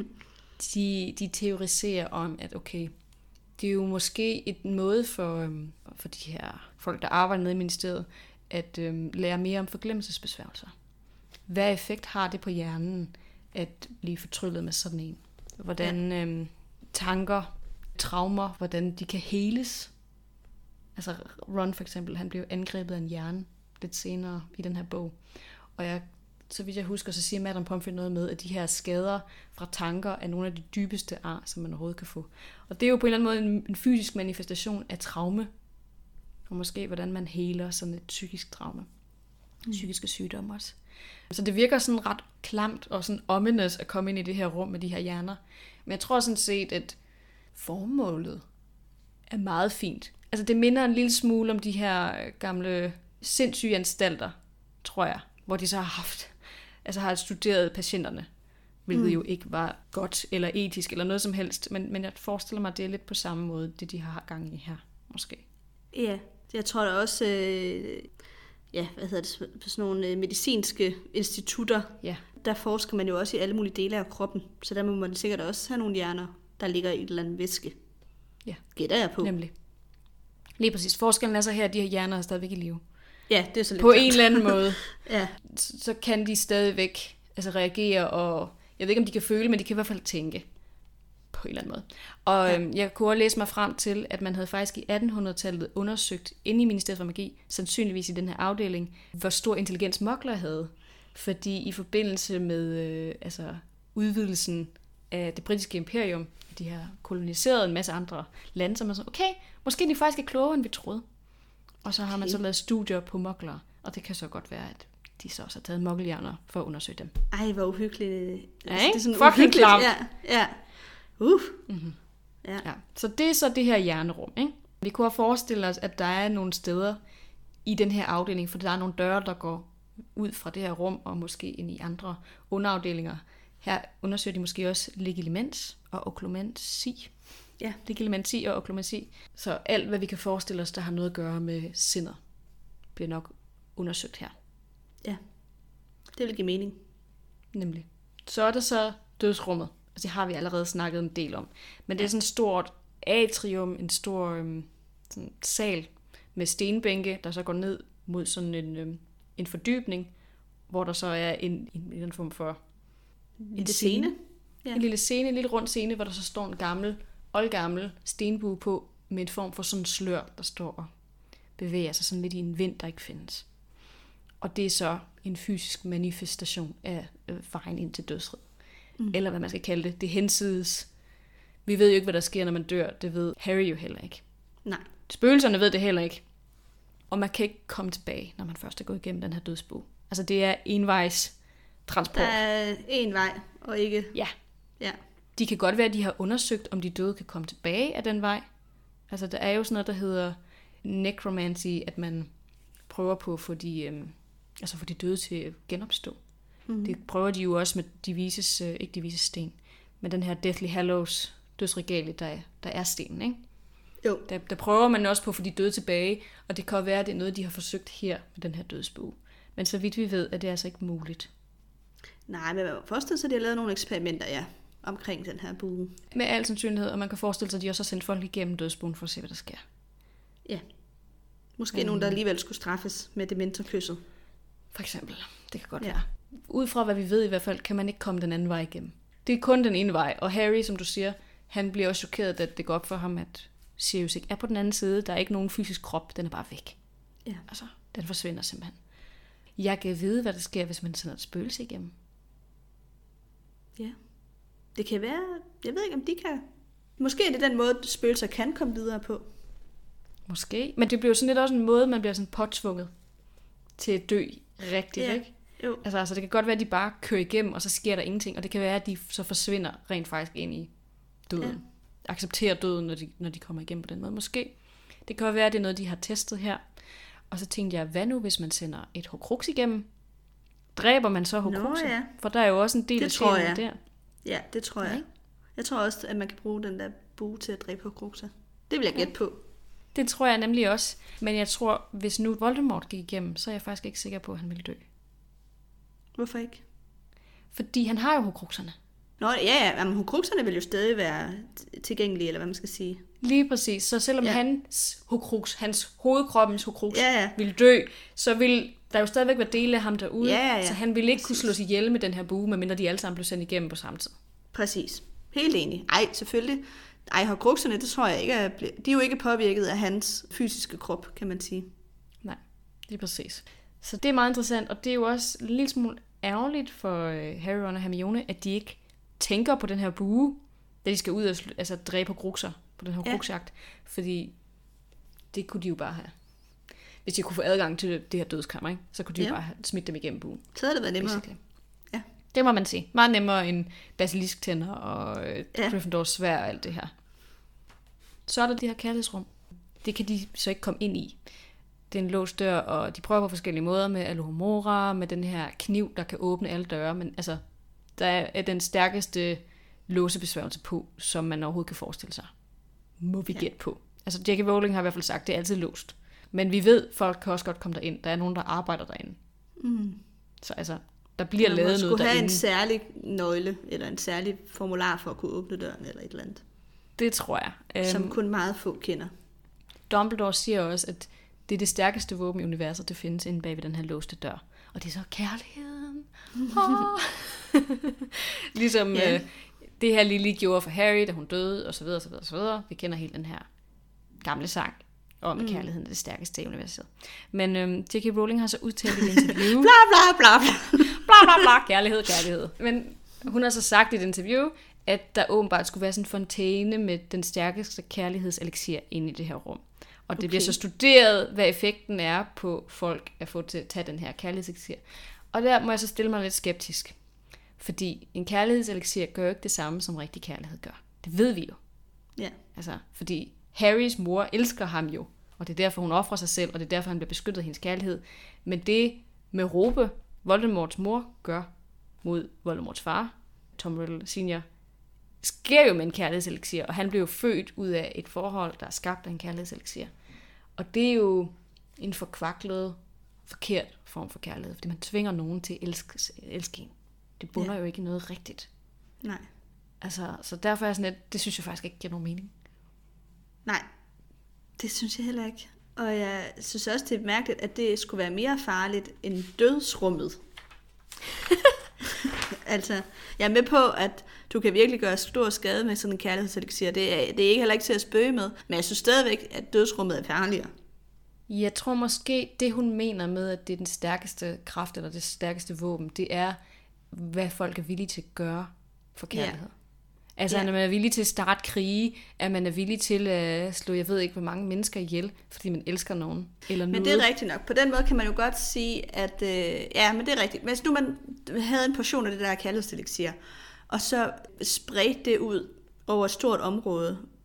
de, de teoriserer om, at okay, det er jo måske et måde for, øhm, for de her folk, der arbejder nede i ministeriet, at øhm, lære mere om forglemmelsesbesværgelser. Hvad effekt har det på hjernen at blive fortryllet med sådan en? Hvordan øhm, tanker, traumer, hvordan de kan heles. Altså Ron for eksempel, han blev angrebet af en hjerne lidt senere i den her bog. Og jeg, så vidt jeg husker, så siger Madame Pomfrey noget med, at de her skader fra tanker er nogle af de dybeste ar, som man overhovedet kan få. Og det er jo på en eller anden måde en, en fysisk manifestation af traume. Og måske hvordan man heler sådan et psykisk traume. Mm. Psykiske sygdomme også. Så det virker sådan ret klamt og sådan ominous at komme ind i det her rum med de her hjerner. Men jeg tror sådan set, at formålet er meget fint. Altså det minder en lille smule om de her gamle sindssyge anstalter, tror jeg, hvor de så har haft, altså har studeret patienterne, hvilket mm. jo ikke var godt eller etisk eller noget som helst, men, men jeg forestiller mig, at det er lidt på samme måde, det de har gang i her, måske. Ja, jeg tror da også, øh, ja, hvad hedder det, på sådan nogle medicinske institutter, ja. Der forsker man jo også i alle mulige dele af kroppen, så der må man sikkert også have nogle hjerner, der ligger i et eller andet væske. Ja, gætter jeg på. Nemlig. Lige præcis. Forskellen er så her, at de her hjerner er stadigvæk i live. Ja, det er så lidt på klart. En eller anden måde. Ja. Så kan de stadigvæk altså reagere, og jeg ved ikke, om de kan føle, men de kan i hvert fald tænke på en eller anden måde. Og ja. øhm, jeg kunne også læse mig frem til, at man havde faktisk i attenhundredetallet undersøgt inde i Ministeriet for Magi, sandsynligvis i den her afdeling, hvor stor intelligens mugler havde. Fordi i forbindelse med øh, altså udvidelsen af det britiske imperium, de har koloniseret en masse andre lande, så man så, okay, måske de faktisk er klogere, end vi troede. Og så har man så lavet studier på muglere, og det kan så godt være, at de så også har taget muggelhjerner for at undersøge dem. Ej, hvor uhyggeligt. Ja, altså, det er sådan fucking uhyggeligt. klamt. Ja, ja. Uh. Mm-hmm. Ja. Ja. Så det er så det her hjernerum, ikke? Vi kunne have forestillet os, at der er nogle steder i den her afdeling, for der er nogle døre, der går ud fra det her rum, og måske ind i andre underafdelinger. Her undersøger de måske også legilimens og oklumensi. Ja. Legilimenti og oklumensi. Så alt, hvad vi kan forestille os, der har noget at gøre med sindet, bliver nok undersøgt her. Ja, det vil give mening. Nemlig. Så er der så dødsrummet. Altså, det har vi allerede snakket en del om. Men det er sådan et stort atrium, en stor øhm, sådan sal med stenbænke, der så går ned mod sådan en, øhm, en fordybning, hvor der så er en, en, en form for en, en scene. Ja. En lille scene, en lille rund scene, hvor der så står en gammel, oldgammel stenbue på, med en form for sådan en slør, der står og bevæger sig sådan lidt i en vind, der ikke findes. Og det er så en fysisk manifestation af øh, vejen ind til dødsriget. Mm. Eller hvad man skal kalde det. Det hensides. Vi ved jo ikke, hvad der sker, når man dør. Det ved Harry jo heller ikke. Nej. Spøgelserne ved det heller ikke. Og man kan ikke komme tilbage, når man først er gået igennem den her dødsbo. Altså det er envejs transport. Der er en vej, og ikke... Ja. Ja. De kan godt være, at de har undersøgt, om de døde kan komme tilbage af den vej. Altså, der er jo sådan noget, der hedder necromancy, at man prøver på at få de, øhm, altså få de døde til at genopstå. Mm. Det prøver de jo også med de vises, øh, ikke de vises sten, men den her Deathly Hallows dødsregalie, der, der er stenen, ikke? Jo. Der, der prøver man også på at få de døde tilbage, og det kan jo være, at det er noget, de har forsøgt her med den her dødsbue. Men så vidt vi ved, er det altså ikke muligt. Nej, men man må forestille sig, at de har lavet nogle eksperimenter, ja, omkring den her bue. Med al sandsynlighed, og man kan forestille sig, at de også har sendt folk igennem dødsbuen for at se, hvad der sker. Ja. Måske mm. nogen, der alligevel skulle straffes med dementorkysset. For eksempel. Det kan godt ja. være. Ud fra hvad vi ved i hvert fald, kan man ikke komme den anden vej igennem. Det er kun den ene vej, og Harry, som du siger, han bliver også chokeret, at det går op for ham, at Sirius ikke er på den anden side. Der er ikke nogen fysisk krop, den er bare væk. Ja. Altså, den forsvinder simpelthen. Jeg kan vide, hvad der sker, hvis man sender et spøgelse igennem. Ja. Det kan være, jeg ved ikke, om de kan. Måske er det den måde, spøgelser kan komme videre på. Måske. Men det bliver jo sådan lidt også en måde, man bliver sådan påtvunget til at dø rigtigt, ja. ikke? Jo. Altså, altså, det kan godt være, at de bare kører igennem, og så sker der ingenting. Og det kan være, at de så forsvinder rent faktisk ind i døden. Ja. Accepterer døden, når de, når de kommer igennem på den måde. Måske. Det kan være, at det er noget, de har testet her. Og så tænkte jeg, hvad nu, hvis man sender et Horcrux igennem? Dræber man så Horcruxen? Ja. For der er jo også en del det af sjælen der. Ja, det tror jeg. Ja. Jeg tror også, at man kan bruge den der bue til at dræbe Horcruxer. Det vil jeg gætte ja. på. Det tror jeg nemlig også. Men jeg tror, hvis nu Voldemort gik igennem, så er jeg faktisk ikke sikker på, at han ville dø. Hvorfor ikke? Fordi han har jo Horcruxerne. Nå, ja, ja. Men Horcruxerne vil jo stadig være tilgængelige, eller hvad man skal sige. Lige præcis. Så selvom ja. hans Horcrux, hans hovedkroppens Horcrux, ja, ja. ville dø, så vil der jo stadigvæk være dele af ham derude. Ja, ja, ja. Så han ville ikke præcis. kunne slås ihjel med den her bue, medmindre de alle sammen blev sendt igennem på samme tid. Præcis. Helt enig. Ej, selvfølgelig. Ej, Horcruxerne, det tror jeg ikke er... De er jo ikke påvirket af hans fysiske krop, kan man sige. Nej, lige præcis. Så det er meget interessant, og det er jo også en lille smule ærgerligt for Harry, Ron og Hermione, at de ikke tænker på den her bue, da de skal ud og altså, dræbe Horcruxer på den her Horcruxjagt, ja. fordi det kunne de jo bare have. Hvis de kunne få adgang til det her dødskammer, ikke? Så kunne de ja. jo bare have smidt dem igennem buen. Så havde det været nemmere. Ja. Det må man sige. Meget nemmere end basilisk-tænder og ja. Gryffindors sværd og alt det her. Så er der det her kærlighedsrum. Det kan de så ikke komme ind i. Det er en låst dør, og de prøver på forskellige måder med Alohomora, med den her kniv, der kan åbne alle døre, men altså, der er den stærkeste låsebesværgelse på, som man overhovedet kan forestille sig. Må vi gætte på. Altså, J K Rowling har i hvert fald sagt, det er altid låst. Men vi ved, folk kan også godt komme derind. Der er nogen, der arbejder derinde. Mm. Så altså, der bliver man lavet noget derinde. Man skulle have en særlig nøgle, eller en særlig formular for at kunne åbne døren, eller et eller andet. Det tror jeg. Som kun meget få kender. Dumbledore siger også, at det er det stærkeste våben i universet, det findes inde bag ved den her låste dør. Og det er så kærligheden. Oh. ligesom ja. øh, det her Lily gjorde for Harry, da hun døde, og så videre, og så videre, og så videre. Vi kender helt den her gamle sang om, at kærligheden er det stærkeste i universet. Men øhm, J K Rowling har så udtalt i et interview... bla bla bla bla. bla bla bla, kærlighed, kærlighed. Men hun har så sagt i et interview, at der åbenbart skulle være sådan en fontæne med den stærkeste kærlighedseliksir inde i det her rum. Og det okay. bliver så studeret, hvad effekten er på folk at få til at tage den her kærlighedseliksir. Og der må jeg så stille mig lidt skeptisk. Fordi en kærlighedseliksir gør jo ikke det samme, som rigtig kærlighed gør. Det ved vi jo. Ja. Altså, fordi Harrys mor elsker ham jo. Og det er derfor, hun offrer sig selv, og det er derfor, han bliver beskyttet af hendes kærlighed. Men det med Råbe, Voldemorts mor, gør mod Voldemorts far, Tom Riddle senior, sker jo med en kærlighedseliksir, og han blev jo født ud af et forhold, der er skabt af en kærlighedseliksir. Og det er jo en forkvaklet, forkert form for kærlighed, fordi man tvinger nogen til at elske, elske en. Det bunder ja. jo ikke i noget rigtigt. Nej. Altså, så derfor er jeg sådan lidt, det synes jeg faktisk ikke giver nogen mening. Nej, det synes jeg heller ikke. Og jeg synes også, det er mærkeligt, at det skulle være mere farligt end dødsrummet. Altså, jeg er med på, at du kan virkelig gøre stor skade med sådan en kærlighedseliksir. Det er, det er ikke heller ikke til at spøge med, men jeg synes stadigvæk, at dødsrummet er farligere. Jeg tror måske, det hun mener med, at det er den stærkeste kraft, eller det stærkeste våben, det er, hvad folk er villige til at gøre for kærlighed. Ja. Altså, ja. At man er villig til at starte krige, at man er villig til at slå, jeg ved ikke, hvor mange mennesker ihjel, fordi man elsker nogen. Eller men det er rigtigt nok. På den måde kan man jo godt sige, at øh, ja, men det er rigtigt. Hvis nu man havde en portion af det der kærlighedseliksir, og så spredte det ud over et stort område,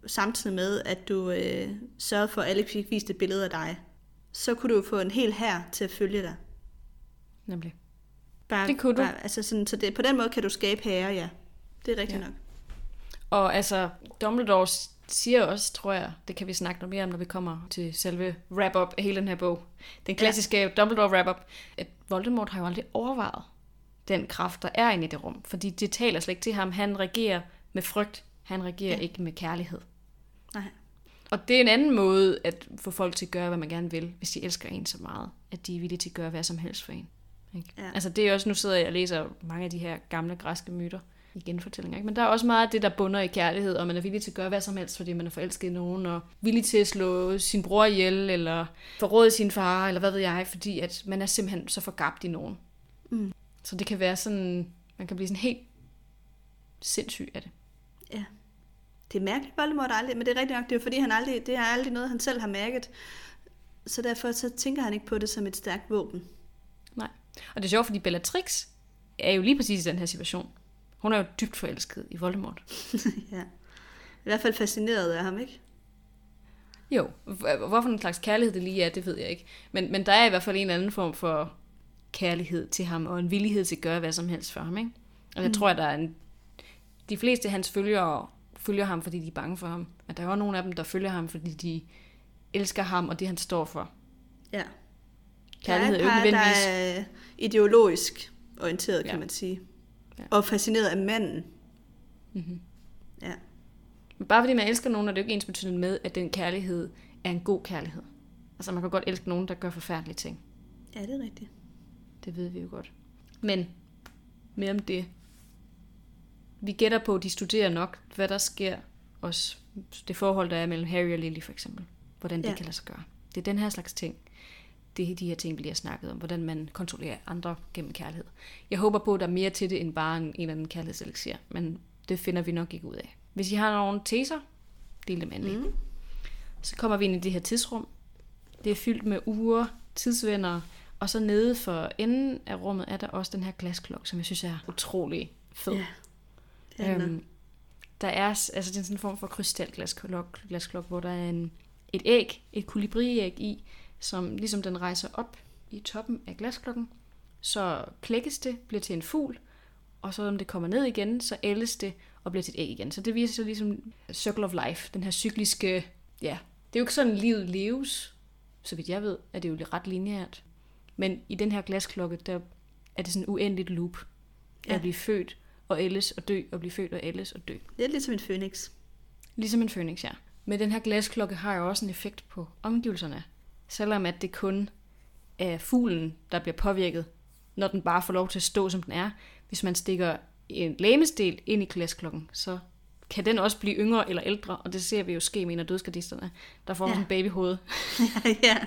samtidig med, at du øh, sørgede for, at alle fik vist et billede af dig, så kunne du få en hel hær til at følge dig. Nemlig. Bare, Det kunne du. Bare, altså sådan, så det, på den måde kan du skabe hære, ja. Det er rigtigt ja. nok. Og altså, Dumbledore siger også, tror jeg, det kan vi snakke noget mere om, når vi kommer til selve wrap-up af hele den her bog. Den klassiske ja. Dumbledore wrap-up, at Voldemort har jo aldrig overvejet den kraft, der er inde i det rum. Fordi det taler slet ikke til ham. Han regerer med frygt. Han regerer ja. ikke med kærlighed. Nej. Og det er en anden måde at få folk til at gøre, hvad man gerne vil, hvis de elsker en så meget, at de er villige til at gøre hvad som helst for en. Ikke? Ja. Altså det er også, nu sidder jeg og læser mange af de her gamle græske myter i genfortællinger, ikke? Men der er også meget af det, der bunder i kærlighed, og man er villig til at gøre hvad som helst, fordi man er forelsket i nogen, og villig til at slå sin bror ihjel, eller forråde sin far, eller hvad ved jeg, fordi at man er simpelthen så forgabt i nogen. Mm. Så det kan være sådan, man kan blive sådan helt sindssyg af det. Ja. Det er mærkeligt, Voldemort aldrig, men det er rigtigt nok, det er fordi han aldrig, det er aldrig noget, han selv har mærket. Så derfor så tænker han ikke på det som et stærkt våben. Nej. Og det er sjovt, fordi Bellatrix er jo lige præcis i den her situation. Hun er jo dybt forelsket i Voldemort. Ja. I hvert fald fascineret af ham, ikke? Jo. Hvorfor en slags kærlighed det lige er, det ved jeg ikke. Men, men der er i hvert fald en anden form for kærlighed til ham, og en villighed til at gøre hvad som helst for ham, ikke? Og jeg mm. tror, at der er en... De fleste af hans følgere følger ham, fordi de er bange for ham. Men der er også nogle af dem, der følger ham, fordi de elsker ham, og det han står for. Ja. Kærlighed der er et par, er jo nødvendigvis... der er ideologisk orienteret, kan ja. man sige. Ja. Og fascineret af manden. Mm-hmm. Ja. Men bare fordi man elsker nogen, er det jo ikke ensbetydende med, at den kærlighed er en god kærlighed. Altså man kan godt elske nogen, der gør forfærdelige ting. Ja, det er rigtigt. Det ved vi jo godt. Men mere om det. Vi gætter på, at de studerer nok, hvad der sker også. Det forhold, der er mellem Harry og Lily for eksempel. Hvordan det ja. kan lade sig gøre. Det er den her slags ting. Det er de her ting, vi lige har snakket om. Hvordan man kontrollerer andre gennem kærlighed. Jeg håber på, at der er mere til det, end bare en eller anden kærlighedselixir. Men det finder vi nok ikke ud af. Hvis I har nogle teser, del dem endelig. Mm. Så kommer vi ind i det her tidsrum. Det er fyldt med uger, tidsvenner. Og så nede for enden af rummet er der også den her glasklokke, som jeg synes er utrolig fed. Yeah. Øhm, der er, altså det er sådan en form for krystalglasklok, glasklok, hvor der er en, et æg, et kolibriæg i, som ligesom den rejser op i toppen af glasklokken, så klækkes det, bliver til en fugl, og så når det kommer ned igen, så ældes det og bliver til et æg igen. Så det viser sig ligesom circle of life, den her cykliske, ja, det er jo ikke sådan, livet leves, så vidt jeg ved, er det jo ret lineært. Men i den her glasklokke, der er det sådan en uendeligt loop, ja. At blive født og ældes og dø, og blive født og ældes og dø. Det er ligesom en fønix. Ligesom en fønix, ja. Men den her glasklokke har jo også en effekt på omgivelserne. Selvom at det kun er fuglen, der bliver påvirket, når den bare får lov til at stå, som den er. Hvis man stikker en legemsdel ind i glasklokken, så kan den også blive yngre eller ældre, og det ser vi jo ske med en af dødsgardisterne, der får ja. sådan en babyhoved. Ja, ja.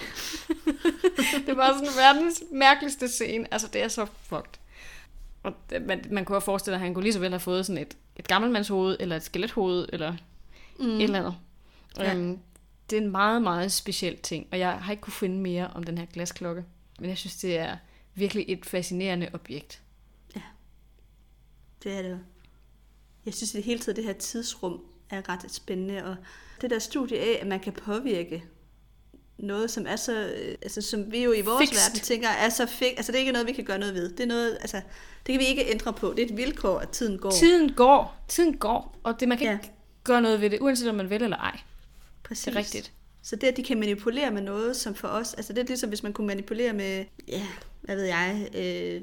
Det var sådan verdens mærkeligste scene. Altså, det er så fucked. Og man, man kunne jo forestille sig, at han kunne lige så vel have fået sådan et, et gammelmandshoved, eller et skelethoved, eller mm. et eller andet. Ja. Um, det er en meget, meget speciel ting, og jeg har ikke kunne finde mere om den her glasklokke. Men jeg synes, det er virkelig et fascinerende objekt. Ja, det er det jo. Jeg synes i det hele taget, det her tidsrum er ret spændende, og det der studie af, at man kan påvirke noget, som er så, altså som vi jo i vores Fixed. verden tænker, er så fik, altså det er ikke noget, vi kan gøre noget ved. Det er noget, altså, det kan vi ikke ændre på. Det er et vilkår, at tiden går. Tiden går, tiden går, og det, man kan ja. ikke gøre noget ved det, uanset om man vil eller ej. Præcis. Det er rigtigt. Så det, at de kan manipulere med noget, som for os, altså det er ligesom, hvis man kunne manipulere med, ja, hvad ved jeg, øh,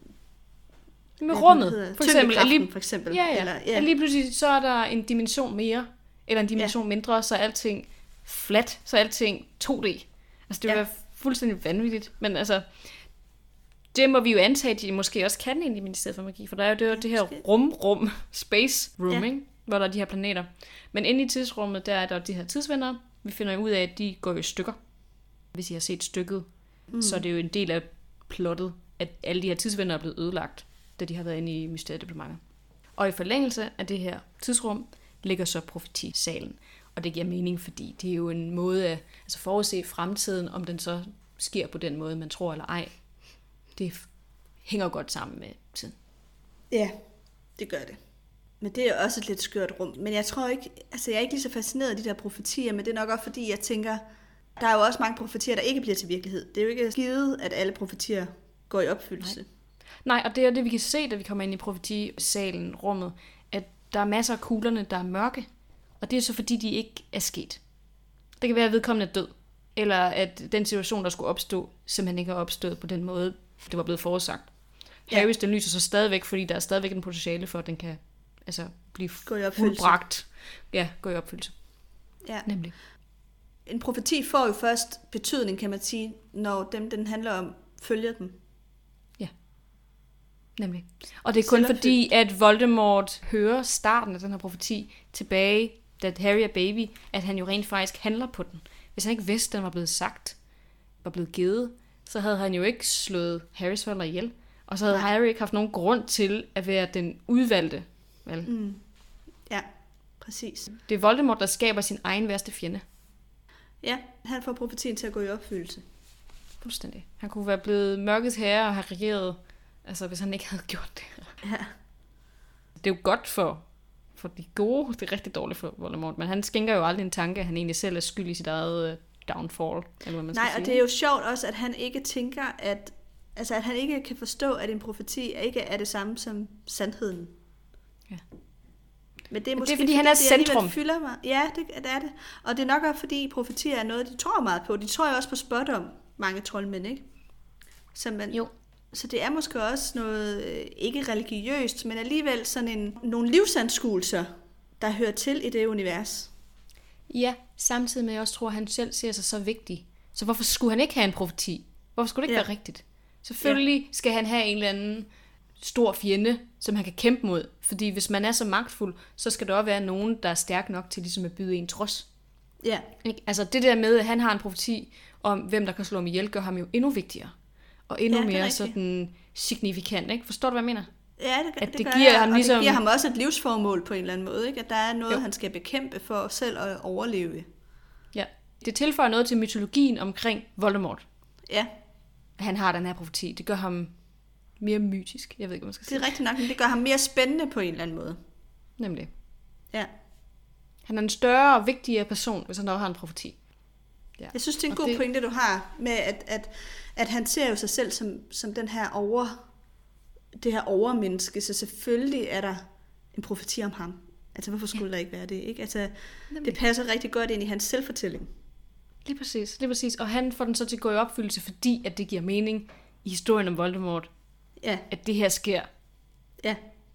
med rummet, for eksempel. Lige, for eksempel. Ja, ja. Eller, ja. Lige pludselig så er der en dimension mere, eller en dimension ja. mindre, så er alting flat, så er alting to D. Altså det vil ja. være fuldstændig vanvittigt, men altså, det må vi jo antage, at de måske også kan ind i Ministeriet for Magi, for der er jo det, ja, det her rum-rum, space room, ja. hvor der er de her planeter. Men inde i tidsrummet, der er der de her tidsvenner. Vi finder ud af, at de går i stykker. Hvis I har set stykket, mm. så er det jo en del af plottet, at alle de her tidsvenner er blevet ødelagt, da de har været inde i Mysteriediplomater. Og i forlængelse af det her tidsrum, ligger så profetisalen. Og det giver mening, fordi det er jo en måde at altså forudse fremtiden, om den så sker på den måde, man tror eller ej. Det hænger godt sammen med tiden. Ja, det gør det. Men det er også et lidt skørt rum. Men jeg tror ikke, altså jeg er ikke lige så fascineret af de der profetier, men det er nok også fordi, jeg tænker, der er jo også mange profetier, der ikke bliver til virkelighed. Det er jo ikke givet, at alle profetier går i opfyldelse. Nej. Nej, og det er det, vi kan se, da vi kommer ind i profetisalen, rummet, at der er masser af kuglerne, der er mørke, og det er så fordi, de ikke er sket. Det kan være, at vedkommende er død, eller at den situation, der skulle opstå, simpelthen ikke er opstået på den måde, det var blevet forudsagt. Ja. Harrys, den lyser så stadigvæk, fordi der er stadigvæk en potentiale for, at den kan altså, blive fuldbragt. Ja, gå i opfyldelse. Ja. Nemlig. En profeti får jo først betydning, kan man sige, når dem, den handler om, følger den. Ja, nemlig. Og det er kun fordi, at Voldemort hører starten af den her profeti tilbage, da Harry er baby, at han jo rent faktisk handler på den. Hvis han ikke vidste, at den var blevet sagt, var blevet givet, så havde han jo ikke slået Harrys forældre ihjel. Og så havde Nej. Harry ikke haft nogen grund til at være den udvalgte. Vel? Mm. Ja, præcis. Det er Voldemort, der skaber sin egen værste fjende. Ja, han får profetien til at gå i opfyldelse. Fuldstændig. Han kunne være blevet mørkets herre og have regeret, altså hvis han ikke havde gjort det. Ja. Det er jo godt for, for de gode, det er rigtig dårligt for Voldemort, men han skænker jo aldrig en tanke, at han egentlig selv er skyld i sit eget downfall. Eller hvad man skal Nej, sige. Og det er jo sjovt også, at han ikke tænker, at, altså, at han ikke kan forstå, at en profeti ikke er det samme som sandheden. Ja. Men det er måske det er, fordi han er det centrum. Fylder mig. Ja, det, det er det. Og det er nok også, fordi profetier er noget, de tror meget på. De tror jo også på spådom, mange troldmænd, ikke? Så, man, jo. så det er måske også noget, ikke religiøst, men alligevel sådan en, nogle livsanskuelser, der hører til i det univers. Ja, samtidig med, at jeg også tror, at han selv ser sig så vigtig. Så hvorfor skulle han ikke have en profeti? Hvorfor skulle det ikke ja. være rigtigt? Selvfølgelig ja. skal han have en eller anden stor fjende, som han kan kæmpe mod. Fordi hvis man er så magtfuld, så skal der også være nogen, der er stærk nok til ligesom at byde en trods. Ja. Altså det der med, at han har en profeti om, hvem der kan slå ham ihjel, gør ham jo endnu vigtigere. Og endnu ja, mere sådan signifikant, ikke? Forstår du, hvad jeg mener? Ja, det, at det, det gør giver jeg. ham og ligesom... det giver ham også et livsformål på en eller anden måde, ikke? At der er noget, jo. han skal bekæmpe for selv at overleve. Ja, det tilføjer noget til mytologien omkring Voldemort. Ja. Han har den her profeti. Det gør ham mere mytisk. Jeg ved ikke, hvad man skal sige. Det er rigtigt nok, men det gør ham mere spændende på en eller anden måde. Nemlig. Ja. Han er en større og vigtigere person, hvis han også har en profeti. Ja. Jeg synes, det er en og god det... pointe, du har, med at, at, at han ser jo sig selv som, som den her over, det her overmenneske, så selvfølgelig er der en profeti om ham. Altså, hvorfor skulle ja. der ikke være det, ikke? Altså, det passer rigtig godt ind i hans selvfortælling. Lige præcis, lige præcis. Og han får den så til at gå i opfyldelse, fordi at det giver mening i historien om Voldemort, ja. at det her sker. Ja.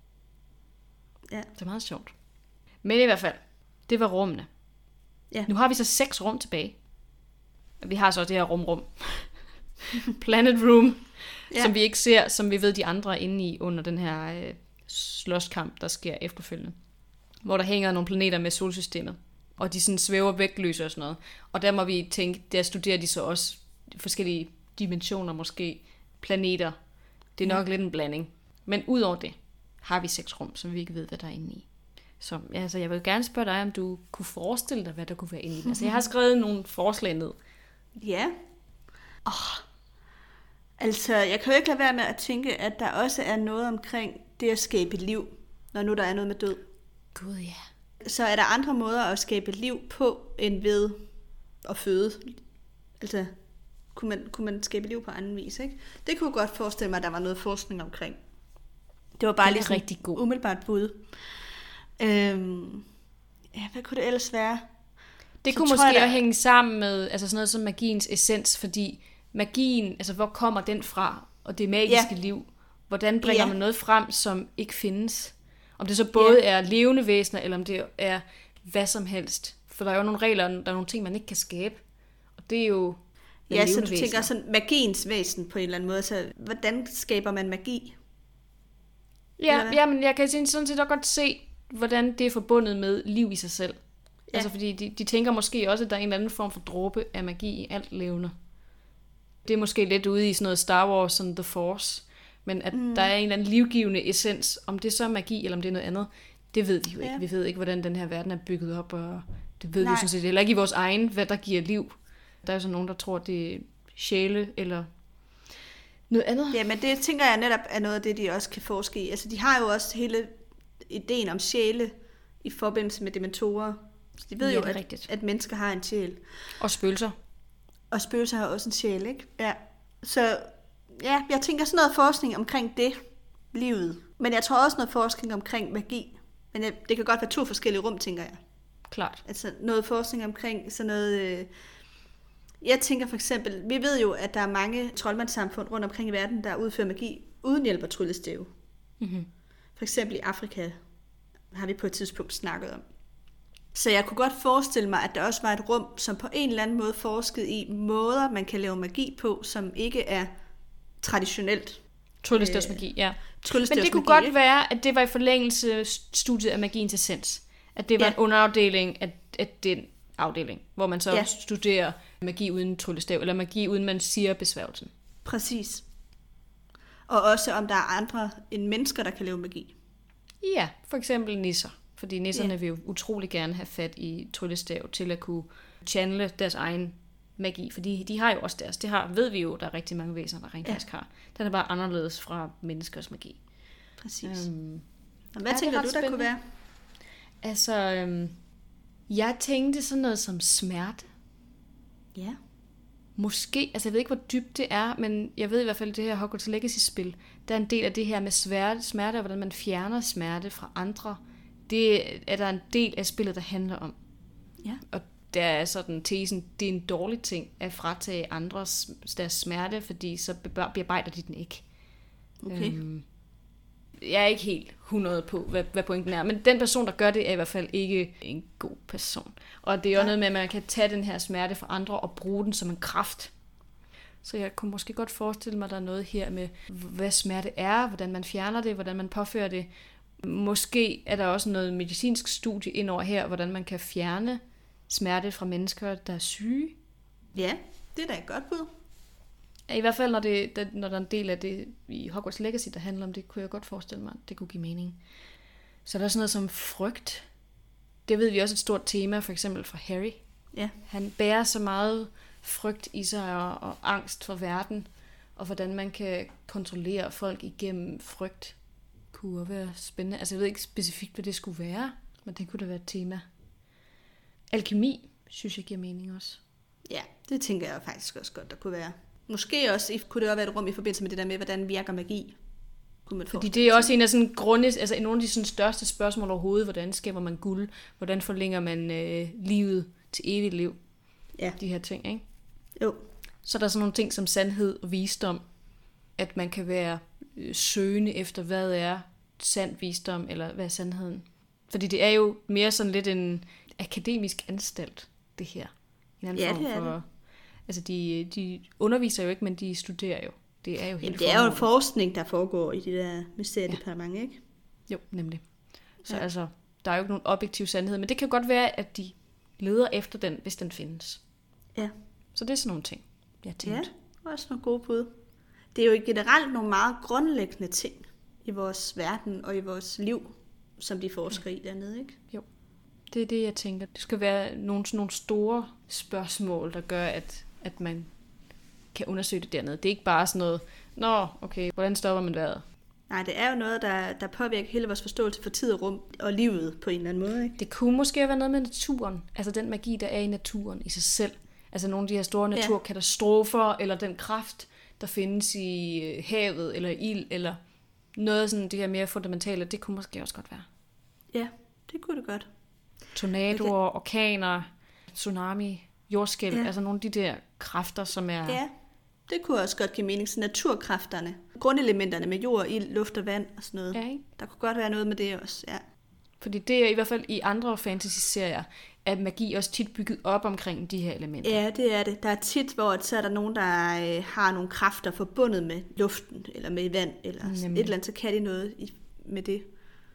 Ja. Det er meget sjovt. Men i hvert fald, det var rummene. Ja. Nu har vi så seks rum tilbage. Vi har så det her rum-rum. Planet Room, ja. som vi ikke ser, som vi ved de andre er inde i under den her øh, slåskamp, der sker efterfølgende. Hvor der hænger nogle planeter med solsystemet. Og de sådan svæver vægtløse og sådan noget. Og der må vi tænke, der studerer de så også forskellige dimensioner måske, planeter. Det er nok ja. lidt en blanding. Men ud over det, har vi seks rum, som vi ikke ved, hvad der er inde i. Så altså, jeg vil gerne spørge dig, om du kunne forestille dig, hvad der kunne være inde i. Altså, jeg har skrevet nogle forslag ned. Ja. Oh. Altså, jeg kan jo ikke lade være med at tænke, at der også er noget omkring det at skabe liv, når nu der er noget med død. Gud, ja. Så er der andre måder at skabe liv på, end ved at føde. Altså, kunne man, kunne man skabe liv på anden vis, ikke? Det kunne jeg godt forestille mig, at der var noget forskning omkring. Det var bare lige sådan rigtig god. Umiddelbart bud. Øhm, ja, hvad kunne det ellers være? Det så kunne måske jeg, der... hænge sammen med altså sådan noget som magiens essens, fordi magien, altså hvor kommer den fra? Og det magiske ja. liv. Hvordan bringer ja. man noget frem, som ikke findes? Om det så både ja. er levende væsener, eller om det er hvad som helst. For der er jo nogle regler, der er nogle ting, man ikke kan skabe. Og det er jo ja, så du væsener. Tænker sådan magiens væsen på en eller anden måde. Så hvordan skaber man magi? Ja, ja, men jeg kan sådan set også godt se, hvordan det er forbundet med liv i sig selv. Ja. Altså fordi de, de tænker måske også, at der er en eller anden form for dråbe af magi i alt levende. Det er måske lidt ude i sådan noget Star Wars, sådan The Force. Men at mm. der er en eller anden livgivende essens, om det så er magi, eller om det er noget andet, det ved vi jo ikke. Ja. Vi ved ikke, hvordan den her verden er bygget op, og det ved Nej. vi jo sådan set heller ikke i vores egen, hvad der giver liv. Der er jo så nogen, der tror, det er sjæle, eller noget andet. Ja, men det tænker jeg netop er noget af det, de også kan forske i. Altså, de har jo også hele ideen om sjæle i forbindelse med dementorer. Så de ved Ja, jo, det er at, rigtigt. at mennesker har en sjæl. Og spøgelser. Og spøgelser har også en sjæl, ikke? Ja. Så ja, jeg tænker sådan noget forskning omkring det, livet. Men jeg tror også noget forskning omkring magi. Men jeg, det kan godt være to forskellige rum, tænker jeg. Klart. Altså noget forskning omkring sådan noget... Øh, jeg tænker for eksempel, vi ved jo, at der er mange troldmandssamfund rundt omkring i verden, der udfører magi uden hjælp af tryllestave. Mm-hmm. For eksempel i Afrika har vi på et tidspunkt snakket om. Så jeg kunne godt forestille mig, at der også var et rum, som på en eller anden måde forskede i måder, man kan lave magi på, som ikke er traditionelt. Tryllestavsmagi, Øh, ja. Tryllestavsmagi, Men det kunne godt ikke? være, at det var i forlængelse af studiet af magiens essens. At det var Ja. en underafdeling af, af den afdeling, hvor man så Ja. ja. studerer magi uden tryllestav, eller magi uden man siger besværgelsen. Præcis. Og også om der er andre end mennesker, der kan lave magi. Ja, for eksempel nisser. Fordi nisserne Ja. vil jo utrolig gerne have fat i tryllestav til at kunne channele deres egen magi. Fordi de har jo også deres. Det har, ved vi jo, der er rigtig mange væsener, der rent Ja. faktisk har. Den er bare anderledes fra menneskers magi. Præcis. Øhm, Og hvad ja, tænker det er du, ret der kunne være? altså, øhm, jeg tænkte sådan noget som smerte. Ja. Måske, altså jeg ved ikke, hvor dybt det er, men jeg ved i hvert fald, at det her Hogwarts Legacy-spil, der er en del af det her med smerte, smerte og hvordan man fjerner smerte fra andre. Det er der en del af spillet, der handler om. Ja. Og der er sådan tesen, det er en dårlig ting at fratage andres deres smerte, fordi så bearbejder de den ikke. Okay. Øhm, jeg er ikke helt hundrede på, hvad, hvad pointen er, men den person, der gør det, er i hvert fald ikke en god person. Og det er jo Nej. noget med, at man kan tage den her smerte fra andre og bruge den som en kraft. Så jeg kunne måske godt forestille mig, at der er noget her med, hvad smerte er, hvordan man fjerner det, hvordan man påfører det. Måske er der også noget medicinsk studie ind over her, hvordan man kan fjerne smerte fra mennesker, der er syge. Ja, det er da et godt bud. I hvert fald, når, det, når der er en del af det i Hogwarts Legacy, der handler om det, kunne jeg godt forestille mig, at det kunne give mening. Så der er sådan noget som frygt. Det ved vi også er et stort tema, for eksempel for Harry. Ja. Han bærer så meget frygt i sig og, og angst for verden, og hvordan man kan kontrollere folk igennem frygt, kunne være spændende. Altså jeg ved ikke specifikt, hvad det skulle være, men det kunne da være et tema. Alkemi, synes jeg giver mening også. Ja, det tænker jeg faktisk også godt, der kunne være. Måske også kunne det også være et rum i forbindelse med det der med, hvordan virker magi. Kunne man Fordi forestille det er sig. også en af sådan grunde, altså nogle af de sådan største spørgsmål overhovedet, hvordan skaber man guld, hvordan forlænger man øh, livet til evigt liv, Ja, de her ting, ikke? jo. Så der er sådan nogle ting som sandhed og visdom, at man kan være øh, søgende efter, hvad er sand visdom, eller hvad er sandheden. Fordi det er jo mere sådan lidt en akademisk anstalt, det her. En anden Ja, form det er for, det. altså de, de underviser jo ikke, men de studerer jo. Det er jo hele Jamen, det er jo en formålet. forskning, der foregår i det der mysteriedepartement, ikke? Jo, nemlig. Så Ja. ja. altså, der er jo ikke nogen objektiv sandhed, men det kan godt være, at de leder efter den, hvis den findes. Ja. Så det er sådan nogle ting, jeg Ja, tænkte. også nogle gode bud. Det er jo generelt nogle meget grundlæggende ting i vores verden og i vores liv, som de forsker i dernede, ikke? Det er det, jeg tænker. Det skal være nogle, sådan nogle store spørgsmål, der gør, at, at man kan undersøge det dernede. Det er ikke bare sådan noget, nå, okay, hvordan stopper man vejret? Nej, det er jo noget, der, der påvirker hele vores forståelse for tid og rum og livet på en eller anden måde, ikke? Det kunne måske være noget med naturen. Altså den magi, der er i naturen i sig selv. Altså nogle af de her store Ja. naturkatastrofer, eller den kraft, der findes i øh, havet, eller i ild, eller noget sådan det her mere fundamentale, det kunne måske også godt være. Ja, det kunne det godt. Tornadoer, orkaner, tsunami, jordskælv, Ja. altså nogle af de der kræfter, som er... Ja, det kunne også godt give mening. Så naturkræfterne, grundelementerne med jord, ild, luft og vand og sådan noget. Ja, ikke? Der kunne godt være noget med det også, ja. Fordi det er i hvert fald i andre fantasy-serier, at magi også tit bygget op omkring de her elementer. Ja, det er det. Der er tit, hvor så er der nogen, der øh, har nogle kræfter forbundet med luften, eller med vand, eller sådan Nemlig. et eller andet, så kan de noget i, med det.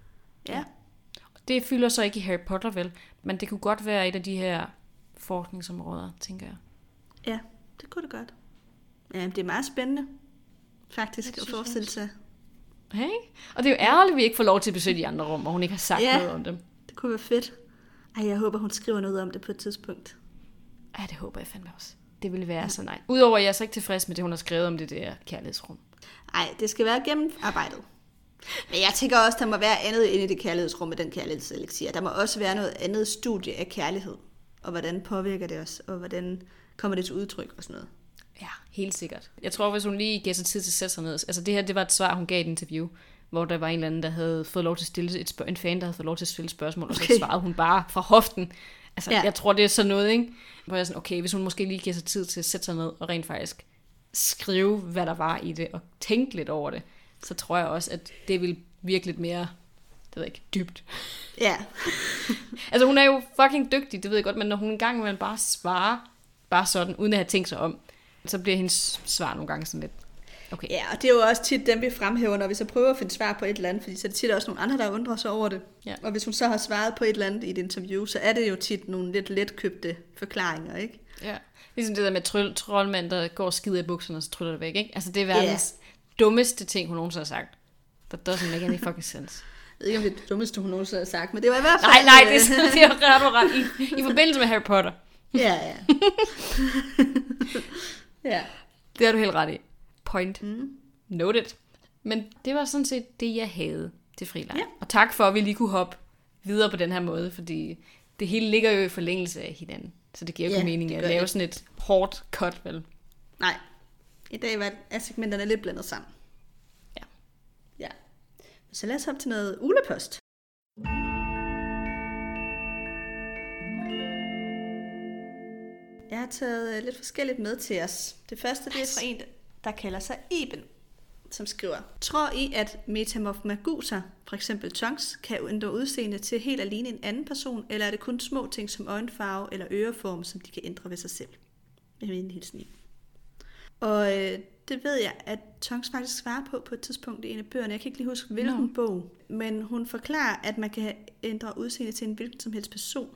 Ja, Det fylder så ikke i Harry Potter, vel? Men det kunne godt være et af de her forskningsområder, tænker jeg. ja, det kunne det godt. Ja, det er meget spændende, faktisk, Ja, det at synes jeg forestille også. sig. Hey? Og det er jo ærgerligt, at vi ikke får lov til at besøge de andre rum, og hun ikke har sagt Ja. noget om dem. Det kunne være fedt. Ej, jeg håber, hun skriver noget om det på et tidspunkt. Ja, det håber jeg fandme også. Det ville være så nej. Udover at jeg er så ikke tilfreds med det, hun har skrevet om det der kærlighedsrum. Ej, det skal være gennemarbejdet. Men jeg tænker også, der må være andet inde i det kærlighedsrum med den kærlighedseliksir. Der må også være noget andet studie af kærlighed. Og hvordan påvirker det os, og hvordan kommer det til udtryk og sådan noget. Ja, helt sikkert. Jeg tror, hvis hun lige gav sig tid til at sætte sig ned. Altså det her, det var et svar, hun gav i et interview, hvor der var en eller anden, der havde fået lov til at stille et spørg- en fan, der havde fået lov til at stille spørgsmål, okay. Og så svarede hun bare fra hoften. Altså, ja. Jeg tror, det er sådan noget, ikke? Hvor jeg er sådan, okay, hvis hun måske lige giver sig tid til at sætte sig ned og rent faktisk skrive, hvad der var i det, og tænke lidt over det, så tror jeg også, at det vil virke lidt mere, det ved jeg ikke, dybt. Ja. Altså, hun er jo fucking dygtig, det ved jeg godt, men når hun engang man bare svarer, bare sådan, uden at have tænkt sig om, så bliver hendes svar nogle gange sådan lidt, okay. Ja, og det er jo også tit dem, vi fremhæver, når vi så prøver at finde svar på et eller andet, fordi så er det tit også nogle andre, der undrer sig over det. Ja. Og hvis hun så har svaret på et eller andet i et interview, så er det jo tit nogle lidt letkøbte forklaringer, ikke? Ja, ligesom det der med tryl, troldmand, der går og skider i bukserne, og så tryller det væk, ikke? Altså, det er verdens yeah. dummeste ting, hun nogensinde har sagt. That doesn't make any fucking sense. Jeg ved ikke, om det er det dummeste, hun nogensinde har sagt, men det var i hvert fald... Nej, nej, det er, det er ret og ret. I, I forbindelse med Harry Potter. Ja, ja. Ja. Det har du helt ret i. Point. Mm. Noted. Men det var sådan set det, jeg havde til frileg. Ja. Og tak for, at vi lige kunne hoppe videre på den her måde, fordi det hele ligger jo i forlængelse af hinanden. Så det giver jo ja, ikke mening at lave det. Sådan et hårdt cut, vel? Nej. I dag var er segmenterne lidt blandet sammen. Ja. Ja. Så lad os hoppe til noget ulepost. Jeg har taget lidt forskelligt med til os. Det første, det er fra en, der kalder sig Iben, som skriver: Tror I, at metamorfmaguser, for eksempel chunks, kan ændre udseende til helt alene en anden person, eller er det kun små ting som øjenfarve eller øreform, som de kan ændre ved sig selv? Det er en hilsen i. Og øh, det ved jeg, at Tonks faktisk svarer på på et tidspunkt i en af bøgerne. Jeg kan ikke lige huske, hvilken no. bog. Men hun forklarer, at man kan ændre udseende til en hvilken som helst person.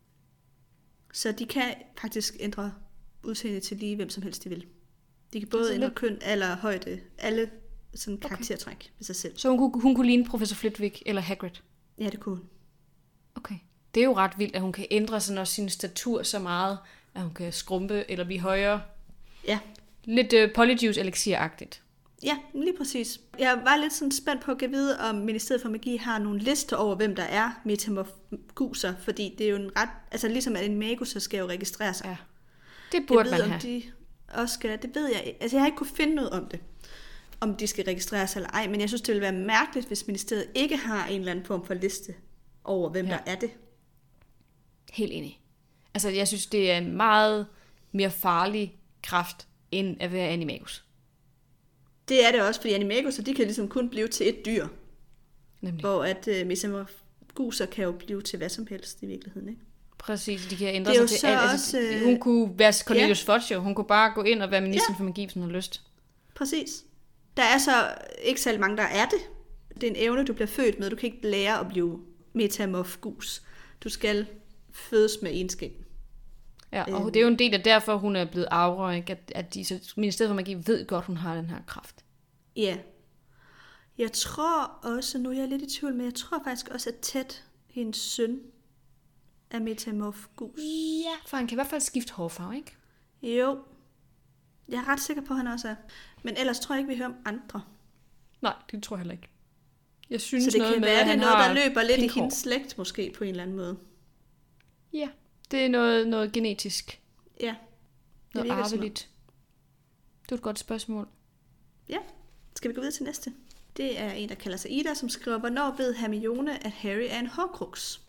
Så de kan faktisk ændre udseende til lige hvem som helst de vil. De kan både altså ændre lidt... køn, alder, højde, alle sådan karaktertræk okay. ved sig selv. Så hun kunne, hun kunne ligne professor Flitwick eller Hagrid? Ja, det kunne hun. Okay. Det er jo ret vildt, at hun kan ændre sådan også sin statur så meget, at hun kan skrumpe eller blive højere. Ja. Lidt uh, Polyjuice elixir-agtigt. Ja, lige præcis. Jeg var lidt sådan spændt på at vide, om Ministeriet for Magi har nogle lister over, hvem der er metamorfguser, fordi det er jo en ret... Altså ligesom at en magus, så skal jo registrere sig. Ja. Det burde jeg ved, man have. Om de også skal, det ved jeg. Altså jeg har ikke kunne finde noget om det, om de skal registreres eller ej, men jeg synes, det ville være mærkeligt, hvis ministeriet ikke har en eller anden form for liste over, hvem ja. der er det. Helt enig. Altså jeg synes, det er en meget mere farlig kraft, end at være animagus. Det er det også, fordi animaguser, de kan ligesom kun blive til et dyr. Nemlig. Hvor at uh, metamorfguser kan jo blive til hvad som helst i virkeligheden, ikke? Præcis, de kan ændre sig til alt. Altså, også, hun kunne være Cornelius ja. Fudge, hun kunne bare gå ind og være minister ja. for magi, hvis hun har lyst. Præcis. Der er så ikke særlig mange, der er det. Det er en evne, du bliver født med. Du kan ikke lære at blive metamorfgus. Du skal fødes med egenskaben. Ja, og øhm. det er jo en del af derfor, hun er blevet aura, ikke? At, at de, så Ministeriet for Magi ved godt, hun har den her kraft. Ja. Jeg tror også, nu er jeg lidt i tvivl, men jeg tror faktisk også, at Ted, hendes søn, er metamorfgus. Ja, for han kan i hvert fald skifte hårfarve, ikke? Jo. Jeg er ret sikker på, at han også er. Men ellers tror jeg ikke, vi hører om andre. Nej, det tror jeg heller ikke. Jeg synes så det noget kan med, være, det er noget, der løber lidt i hår. hendes slægt, måske på en eller anden måde. Ja, det er noget, noget genetisk. Ja. Noget arveligt. Det er et godt spørgsmål. Ja. Skal vi gå videre til næste? Det er en, der kalder sig Ida, som skriver: Hvornår ved Hermione, at Harry er en horcrux?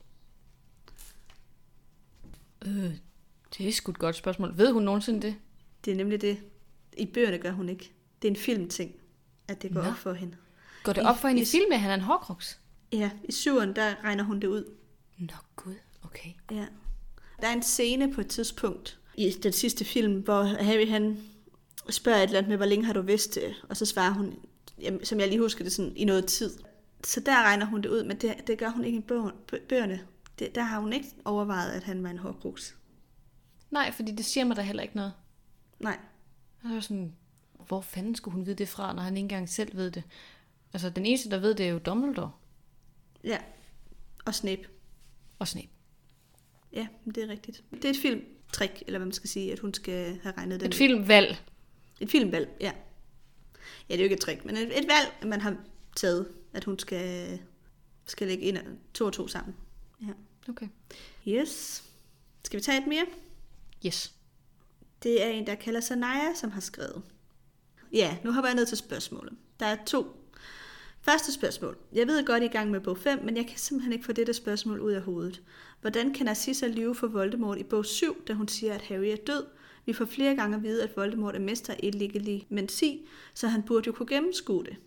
Øh, det er sgu et godt spørgsmål. Ved hun nogensinde det? Det er nemlig det. I bøgerne gør hun ikke. Det er en filmting, at det går Nå. op for hende. Går det op for hende i, i filmen, at han er en horcrux? Ja, i syveren, der regner hun det ud. Nå gud, okay. Ja. Der er en scene på et tidspunkt i den sidste film, hvor Harry han spørger et eller andet med, hvor længe har du vidst det? Og så svarer hun, jamen, som jeg lige husker det, sådan i noget tid. Så der regner hun det ud, men det, det gør hun ikke i bøgerne. Det, der har hun ikke overvejet, at han var en horcrux. Nej, fordi det siger mig da heller ikke noget. Nej. Jeg er sådan, hvor fanden skulle hun vide det fra, når han ikke engang selv ved det? Altså, den eneste, der ved det, er jo Dumbledore. Ja, og Snape. Og Snape. Ja, det er rigtigt. Det er et filmtrick, eller hvad man skal sige, at hun skal have regnet den. Et filmvalg. Et filmvalg, ja. Ja, det er jo ikke et trick, men et, et valg, man har taget. at hun skal, skal lægge ind to og to sammen. Ja. Okay. Yes. Skal vi tage et mere? Yes. Det er en, der kalder sig Naja, som har skrevet. Ja, nu hopper jeg ned til spørgsmålet. Der er to. Første spørgsmål. Jeg ved godt, I er i gang med bog fem, men jeg kan simpelthen ikke få dette spørgsmål ud af hovedet. Hvordan kan Narcissa lyve for Voldemort i bog syv, da hun siger, at Harry er død? Vi får flere gange at vide, at Voldemort er mester i legilimensi, så han burde jo kunne gennemskue det.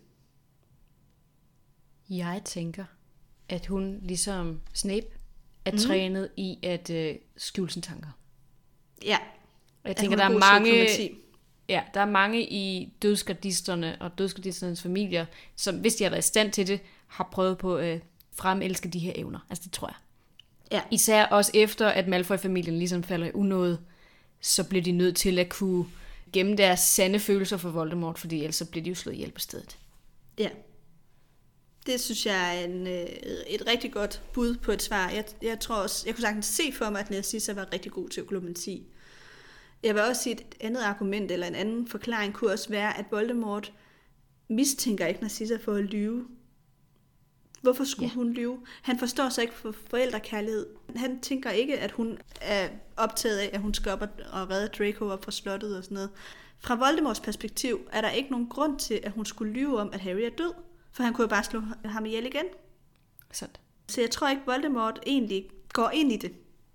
Jeg tænker, at hun ligesom Snape er Mhm. trænet i at øh, skjule sine tanker. Ja. Og jeg At tænker, hun der er er god til mange, diplomati. ja, der er mange i dødsgardisterne og dødsgardisternes familier, som hvis de har været i stand til det, har prøvet på at øh, fremelske de her evner. Altså det tror jeg. Ja. Især også efter, at Malfoy-familien ligesom falder i unåde, så bliver de nødt til at kunne gemme deres sande følelser for Voldemort, fordi ellers så bliver de jo slået ihjel på stedet. Ja. Det synes jeg er en, øh, et rigtig godt bud på et svar. Jeg, jeg tror også, jeg kunne sagtens se for mig, at Narcissa var rigtig god til diplomati. Jeg vil også sige, at et andet argument eller en anden forklaring kunne også være, at Voldemort mistænker ikke Narcissa for at lyve. Hvorfor skulle Ja. hun lyve? Han forstår sig ikke for forældrekærlighed. Han tænker ikke, at hun er optaget af, at hun skal op og, og redde Draco op fra slottet og sådan noget. Fra Voldemorts perspektiv er der ikke nogen grund til, at hun skulle lyve om, at Harry er død. For han kunne jo bare slå ham ihjel igen. Sandt. Så jeg tror ikke, Voldemort egentlig går ind i det.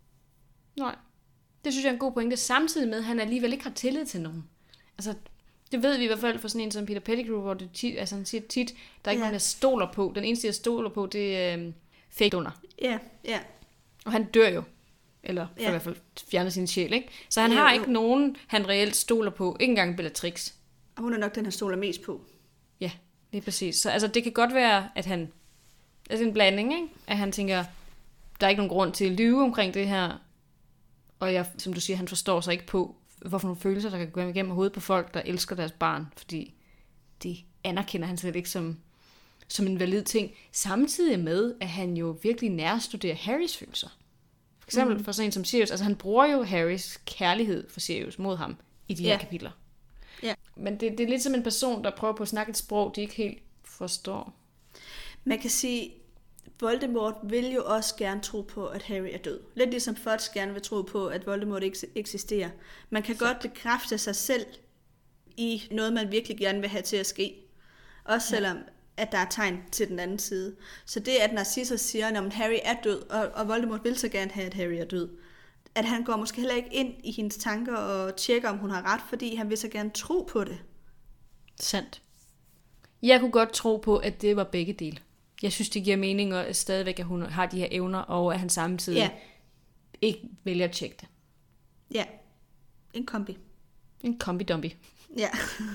Nej. Det synes jeg er en god pointe, samtidig med, at han alligevel ikke har tillid til nogen. Altså, det ved vi i hvert fald for sådan en som Peter Pettigrew, hvor det tit, altså han siger tit, der er ikke Ja. nogen, der stoler på. Den eneste, jeg stoler på, det er øh, fake donor. Ja, ja. Og han dør jo. Eller for Ja. i hvert fald fjerner sin sjæl, ikke? Så han Jo, har jo. ikke nogen, han reelt stoler på. Ikke engang Bellatrix. Og hun er nok den, han stoler mest på. Ja, lige præcis. Så altså, det kan godt være, at han... Altså en blanding, ikke? At han tænker, der er ikke nogen grund til at lyve omkring det her. Og jeg, som du siger, han forstår sig ikke på, hvorfor nogle følelser, der kan gå igennem hovedet på folk, der elsker deres barn. Fordi det anerkender han slet ikke som, som en valid ting. Samtidig med, at han jo virkelig nærstuderer Harrys følelser. For eksempel mm. for sådan en som Sirius. Altså han bruger jo Harrys kærlighed for Sirius mod ham i de Ja. her kapitler. Ja. Men det, det er lidt som en person, der prøver på at snakke et sprog, de ikke helt forstår. Man kan sige, Voldemort vil jo også gerne tro på, at Harry er død. Lidt ligesom Fudge gerne vil tro på, at Voldemort ikke eksisterer. Man kan godt bekræfte sig selv i noget, man virkelig gerne vil have til at ske. Også selvom, at der er tegn til den anden side. Så det, at Narcissa siger, at Harry er død, og, og Voldemort vil så gerne have, at Harry er død, at han går måske heller ikke ind i hendes tanker og tjekker, om hun har ret, fordi han vil så gerne tro på det. Sandt. Jeg kunne godt tro på, at det var begge dele. Jeg synes, det giver mening at stadigvæk, at hun har de her evner, og at han samtidig Ja. ikke vælger at tjekke det. Ja, en kombi. En kombi-dumbi. Ja.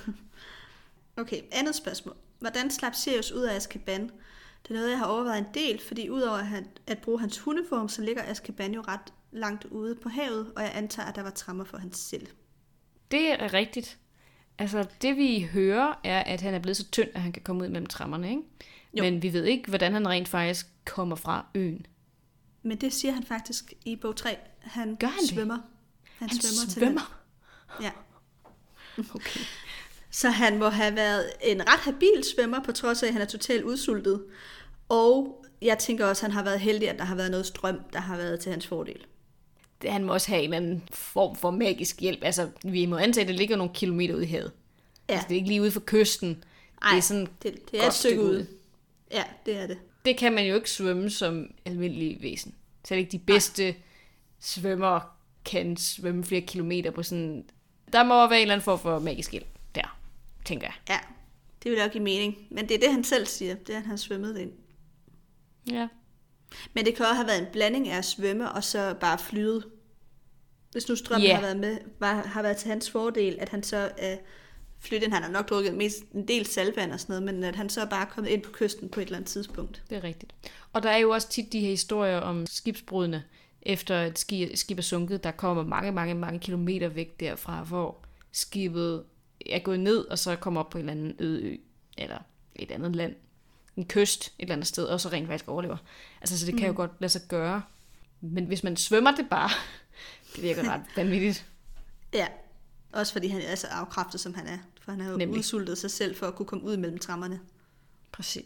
Okay, andet spørgsmål. Hvordan slap Sirius ud af Azkaban? Det er noget, jeg har overvejet en del, fordi udover at, han, at bruge hans hundeform, så ligger Azkaban jo ret langt ude på havet, og jeg antager, at der var tremmer for hans selv. Det er rigtigt. Altså, det vi hører, er, at han er blevet så tynd, at han kan komme ud mellem trammerne, ikke? Jo. Men vi ved ikke, hvordan han rent faktisk kommer fra øen. Men det siger han faktisk i bog tre. Han, Gør han det? svømmer. Han, Han svømmer. Til svømmer? land. Ja. Okay. Så han må have været en ret habil svømmer, på trods af, at han er totalt udsultet. Og jeg tænker også, at han har været heldig, at der har været noget strøm, der har været til hans fordel. Det, han må også have en eller anden form for magisk hjælp. Altså, vi må antage, at det ligger nogle kilometer ude i havet. Ja. Altså, det er ikke lige ude for kysten. Ej, det er sådan det, det er godt et stykke stykke ude. ude. Ja, det er det. Det kan man jo ikke svømme som almindelig væsen. Selv ikke de bedste svømmere kan svømme flere kilometer på sådan... Der må være en eller anden form for magisk hjælp der, tænker jeg. Ja, det vil nok give mening. Men det er det, han selv siger. Det er, at han har svømmet ind. Ja. Men det kan også have været en blanding af at svømme og så bare flyde. Hvis nu strømmen Ja. har været med, var, har været til hans fordel, at han så øh, flytte ind. Han har nok drukket mest en del saltvand og sådan noget, men at han så er bare kommet ind på kysten på et eller andet tidspunkt. Det er rigtigt. Og der er jo også tit de her historier om skibsbrudene, efter et ski- skib er sunket, der kommer mange, mange, mange kilometer væk derfra, hvor skibet er gået ned, og så kommer op på en eller anden øde ø, eller et andet land, en kyst et eller andet sted, og så rent faktisk overlever. Altså, så det kan mm. jo godt lade sig gøre. Men hvis man svømmer det bare, det virker ret vanvittigt. Ja, også fordi han er så afkræftet, som han er. For han har jo Nemlig. udsultet sig selv for at kunne komme ud mellem trammerne. Præcis.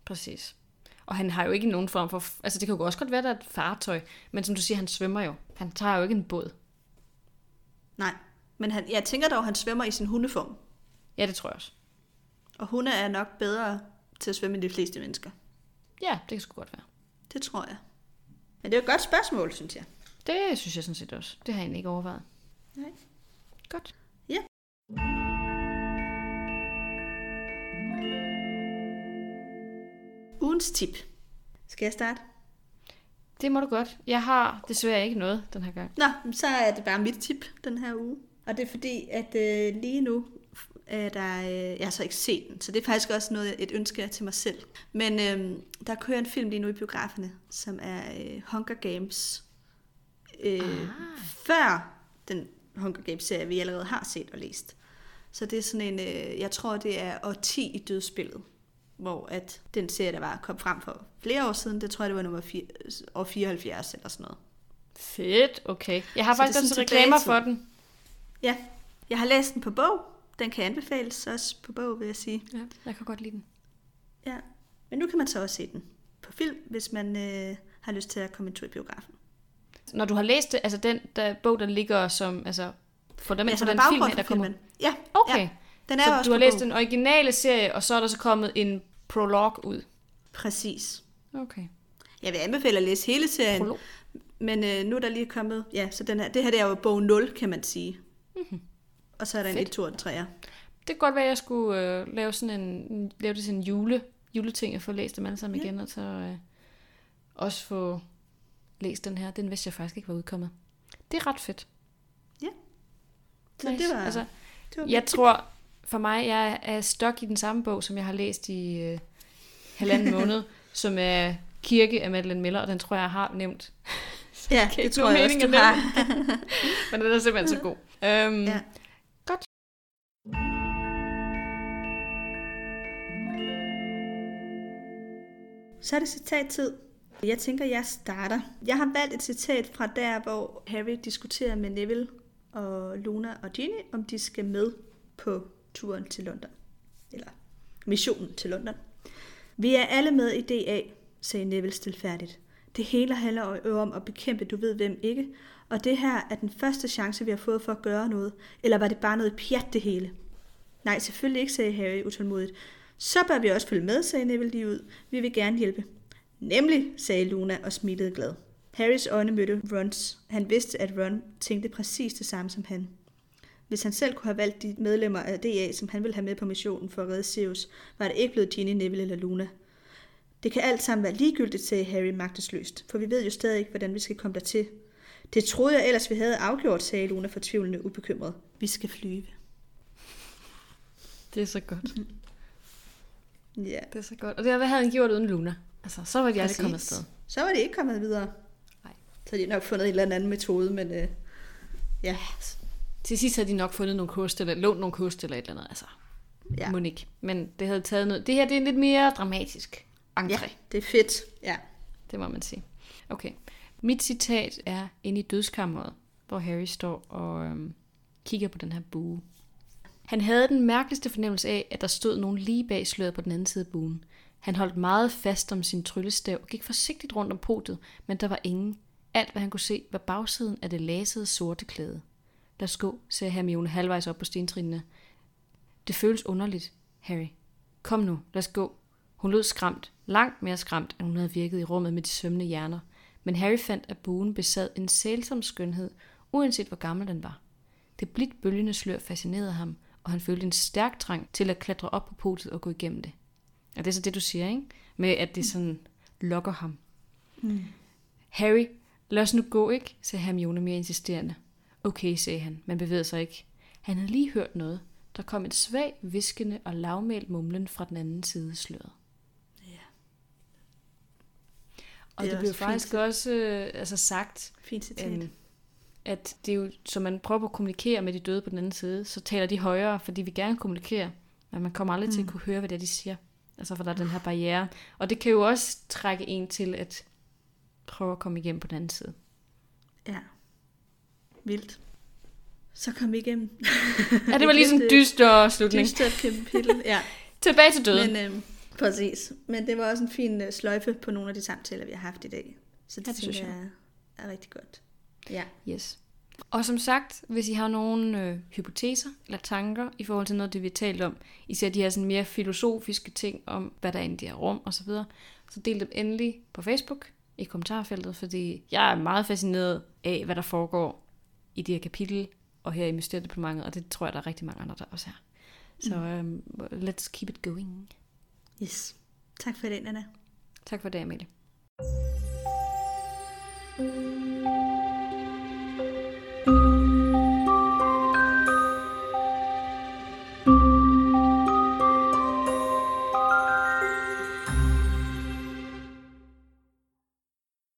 Præcis. Og han har jo ikke nogen form for... Altså, det kan jo også godt være, der er et fartøj. Men som du siger, han svømmer jo. Han tager jo ikke en båd. Nej, men han, jeg tænker dog, at han svømmer i sin hundeform. Ja, det tror jeg også. Og hunde er nok bedre til at svømme end de fleste mennesker. Ja, det kan sgu godt være. Det tror jeg. Men det er jo et godt spørgsmål, synes jeg. Det synes jeg sådan set også. Det har jeg egentlig ikke overvejet. Nej. Godt. Ja. Ugens tip. Skal jeg starte? Det må du godt. Jeg har desværre ikke noget den her gang. Nå, så er det bare mit tip den her uge. Og det er fordi, at øh, lige nu er der... Øh, jeg har så ikke set den, så det er faktisk også noget, et ønske til mig selv. Men øh, der kører en film lige nu i biograferne, som er øh, Hunger Games. Øh, ah. Før den Hunger Games-serie, vi allerede har set og læst. Så det er sådan en... Øh, jeg tror, det er år ti i dødsspillet. Hvor at den serie, der var kom frem for flere år siden, det tror jeg, det var nummer fire, år fireoghalvfjerds eller sådan noget. Fedt, okay. Jeg har så faktisk også reklamer for den. Ja, jeg har læst den på bog. Den kan anbefales også på bog, vil jeg sige. Ja, jeg kan godt lide den. Ja, men nu kan man så også se den på film, hvis man øh, har lyst til at komme en tur i biografen. Når du har læst det, altså den der bog, der ligger som, altså for dem, ja, for den film, der kommer. Ja, okay. Ja. Den er så også du har læst bog. Den originale serie, og så er der så kommet en prolog ud. Præcis. Okay. Jeg vil anbefale at læse hele serien, prolog. Men øh, nu er der lige kommet, ja, så den her, det her det er jo bog nul, kan man sige. Mm-hmm. Og så er der Fedt. En et, to og en treer. Det kan godt være, at jeg skulle øh, lave sådan en, lave det sådan en jule, juleting, og få læst dem alle sammen ja. igen, og så øh, også få læst den her. Den vidste jeg faktisk ikke var udkommet. Det er ret fedt. Ja. Så nice. det var... Altså, det var jeg tror, for mig, jeg er stok i den samme bog, som jeg har læst i øh, halvanden måned, som er Kirke af Madeleine Miller, og den tror jeg, jeg har nævnt. Ja, det tror jeg også, du har. Men den er simpelthen så god. Um, ja. Godt. Så er det citattid. Jeg tænker, jeg starter. Jeg har valgt et citat fra der, hvor Harry diskuterer med Neville og Luna og Ginny, om de skal med på turen til London. Eller missionen til London. Vi er alle med i D A, sagde Neville stilfærdigt. Det hele handler om at bekæmpe, du ved hvem ikke. Og det her er den første chance, vi har fået for at gøre noget. Eller var det bare noget pjat det hele? Nej, selvfølgelig ikke, sagde Harry utålmodigt. Så bør vi også følge med, sagde Neville lige ud. Vi vil gerne hjælpe. Nemlig, sagde Luna og smilede glad. Harrys øjne mødte Rons. Han vidste, at Ron tænkte præcis det samme som han. Hvis han selv kunne have valgt de medlemmer af D A, som han ville have med på missionen for at redde Sirius, var det ikke blevet Ginny, Neville eller Luna. Det kan alt sammen være ligegyldigt, sagde Harry magtesløst, for vi ved jo stadig ikke, hvordan vi skal komme dertil. Det troede jeg ellers, vi havde afgjort, sagde Luna fortvivlende ubekymret. Vi skal flyve. Det er så godt. Ja. Yeah. Det er så godt. Og det, hvad havde han gjort uden Luna? Altså, så var de aldrig kommet afsted. Så var de ikke kommet videre. Nej. Så havde de nok fundet en eller anden metode, men øh, ja. Til sidst havde de nok fundet nogle kost, eller lånt nogle kost, eller et eller andet, altså. Ja. Monique. Men det havde taget noget. Det her, det er en lidt mere dramatisk entré. Ja, det er fedt. Ja. Det må man sige. Okay. Mit citat er inde i dødskammeret, hvor Harry står og øhm, kigger på den her bue. Han havde den mærkeligste fornemmelse af, at der stod nogen lige bag sløret på den anden side af buen. Han holdt meget fast om sin tryllestav og gik forsigtigt rundt om podiet, men der var ingen. Alt, hvad han kunne se, var bagsiden af det lasede sorte klæde. Lad os gå, sagde Hermione halvvejs op på stentrinene. Det føles underligt, Harry. Kom nu, lad os gå. Hun lød skræmt, langt mere skræmt, end hun havde virket i rummet med de svømmende hjerner. Men Harry fandt, at buen besad en sælsom skønhed, uanset hvor gammel den var. Det blidt bølgende slør fascinerede ham, og han følte en stærk trang til at klatre op på podiet og gå igennem det. Og det er så det, du siger, ikke? Med at det sådan lokker ham. Mm. Harry, lad os nu gå, ikke? Sagde Hermione mere insisterende. Okay, sagde han, men bevægede sig ikke. Han havde lige hørt noget. Der kom et svag, viskende og lavmælt mumlen fra den anden side af sløret. Ja. Og det, det blev faktisk fint. også øh, altså sagt, fint citat. Øhm, at det er jo, så man prøver at kommunikere med de døde på den anden side, så taler de højere, fordi vi gerne kommunikerer, men man kommer aldrig mm. til at kunne høre, hvad det er, de siger. Altså, for der er den her barriere. Og det kan jo også trække en til at prøve at komme igennem på den anden side. Ja. Vildt. Så kom vi igennem. Ja, det var lige sådan en dyster slutning. Dyster kapitel, ja. Tilbage til døden. Men øh, Præcis. Men det var også en fin uh, sløjfe på nogle af de samtaler, vi har haft i dag. Så det, Ja, det synes synes jeg er, er rigtig godt. Ja. Yes. Og som sagt, hvis I har nogle øh, hypoteser eller tanker i forhold til noget, det vi har talt om, især de her sådan mere filosofiske ting om, hvad der er inde i de her rum og så videre, så del dem endelig på Facebook i kommentarfeltet, fordi jeg er meget fascineret af, hvad der foregår i det her kapitel og her i Mysteriedepartementet, og det tror jeg, der er rigtig mange andre, der også er. Så um, let's keep it going. Yes. Tak for det, Nana. Tak for det, Amalie. thank you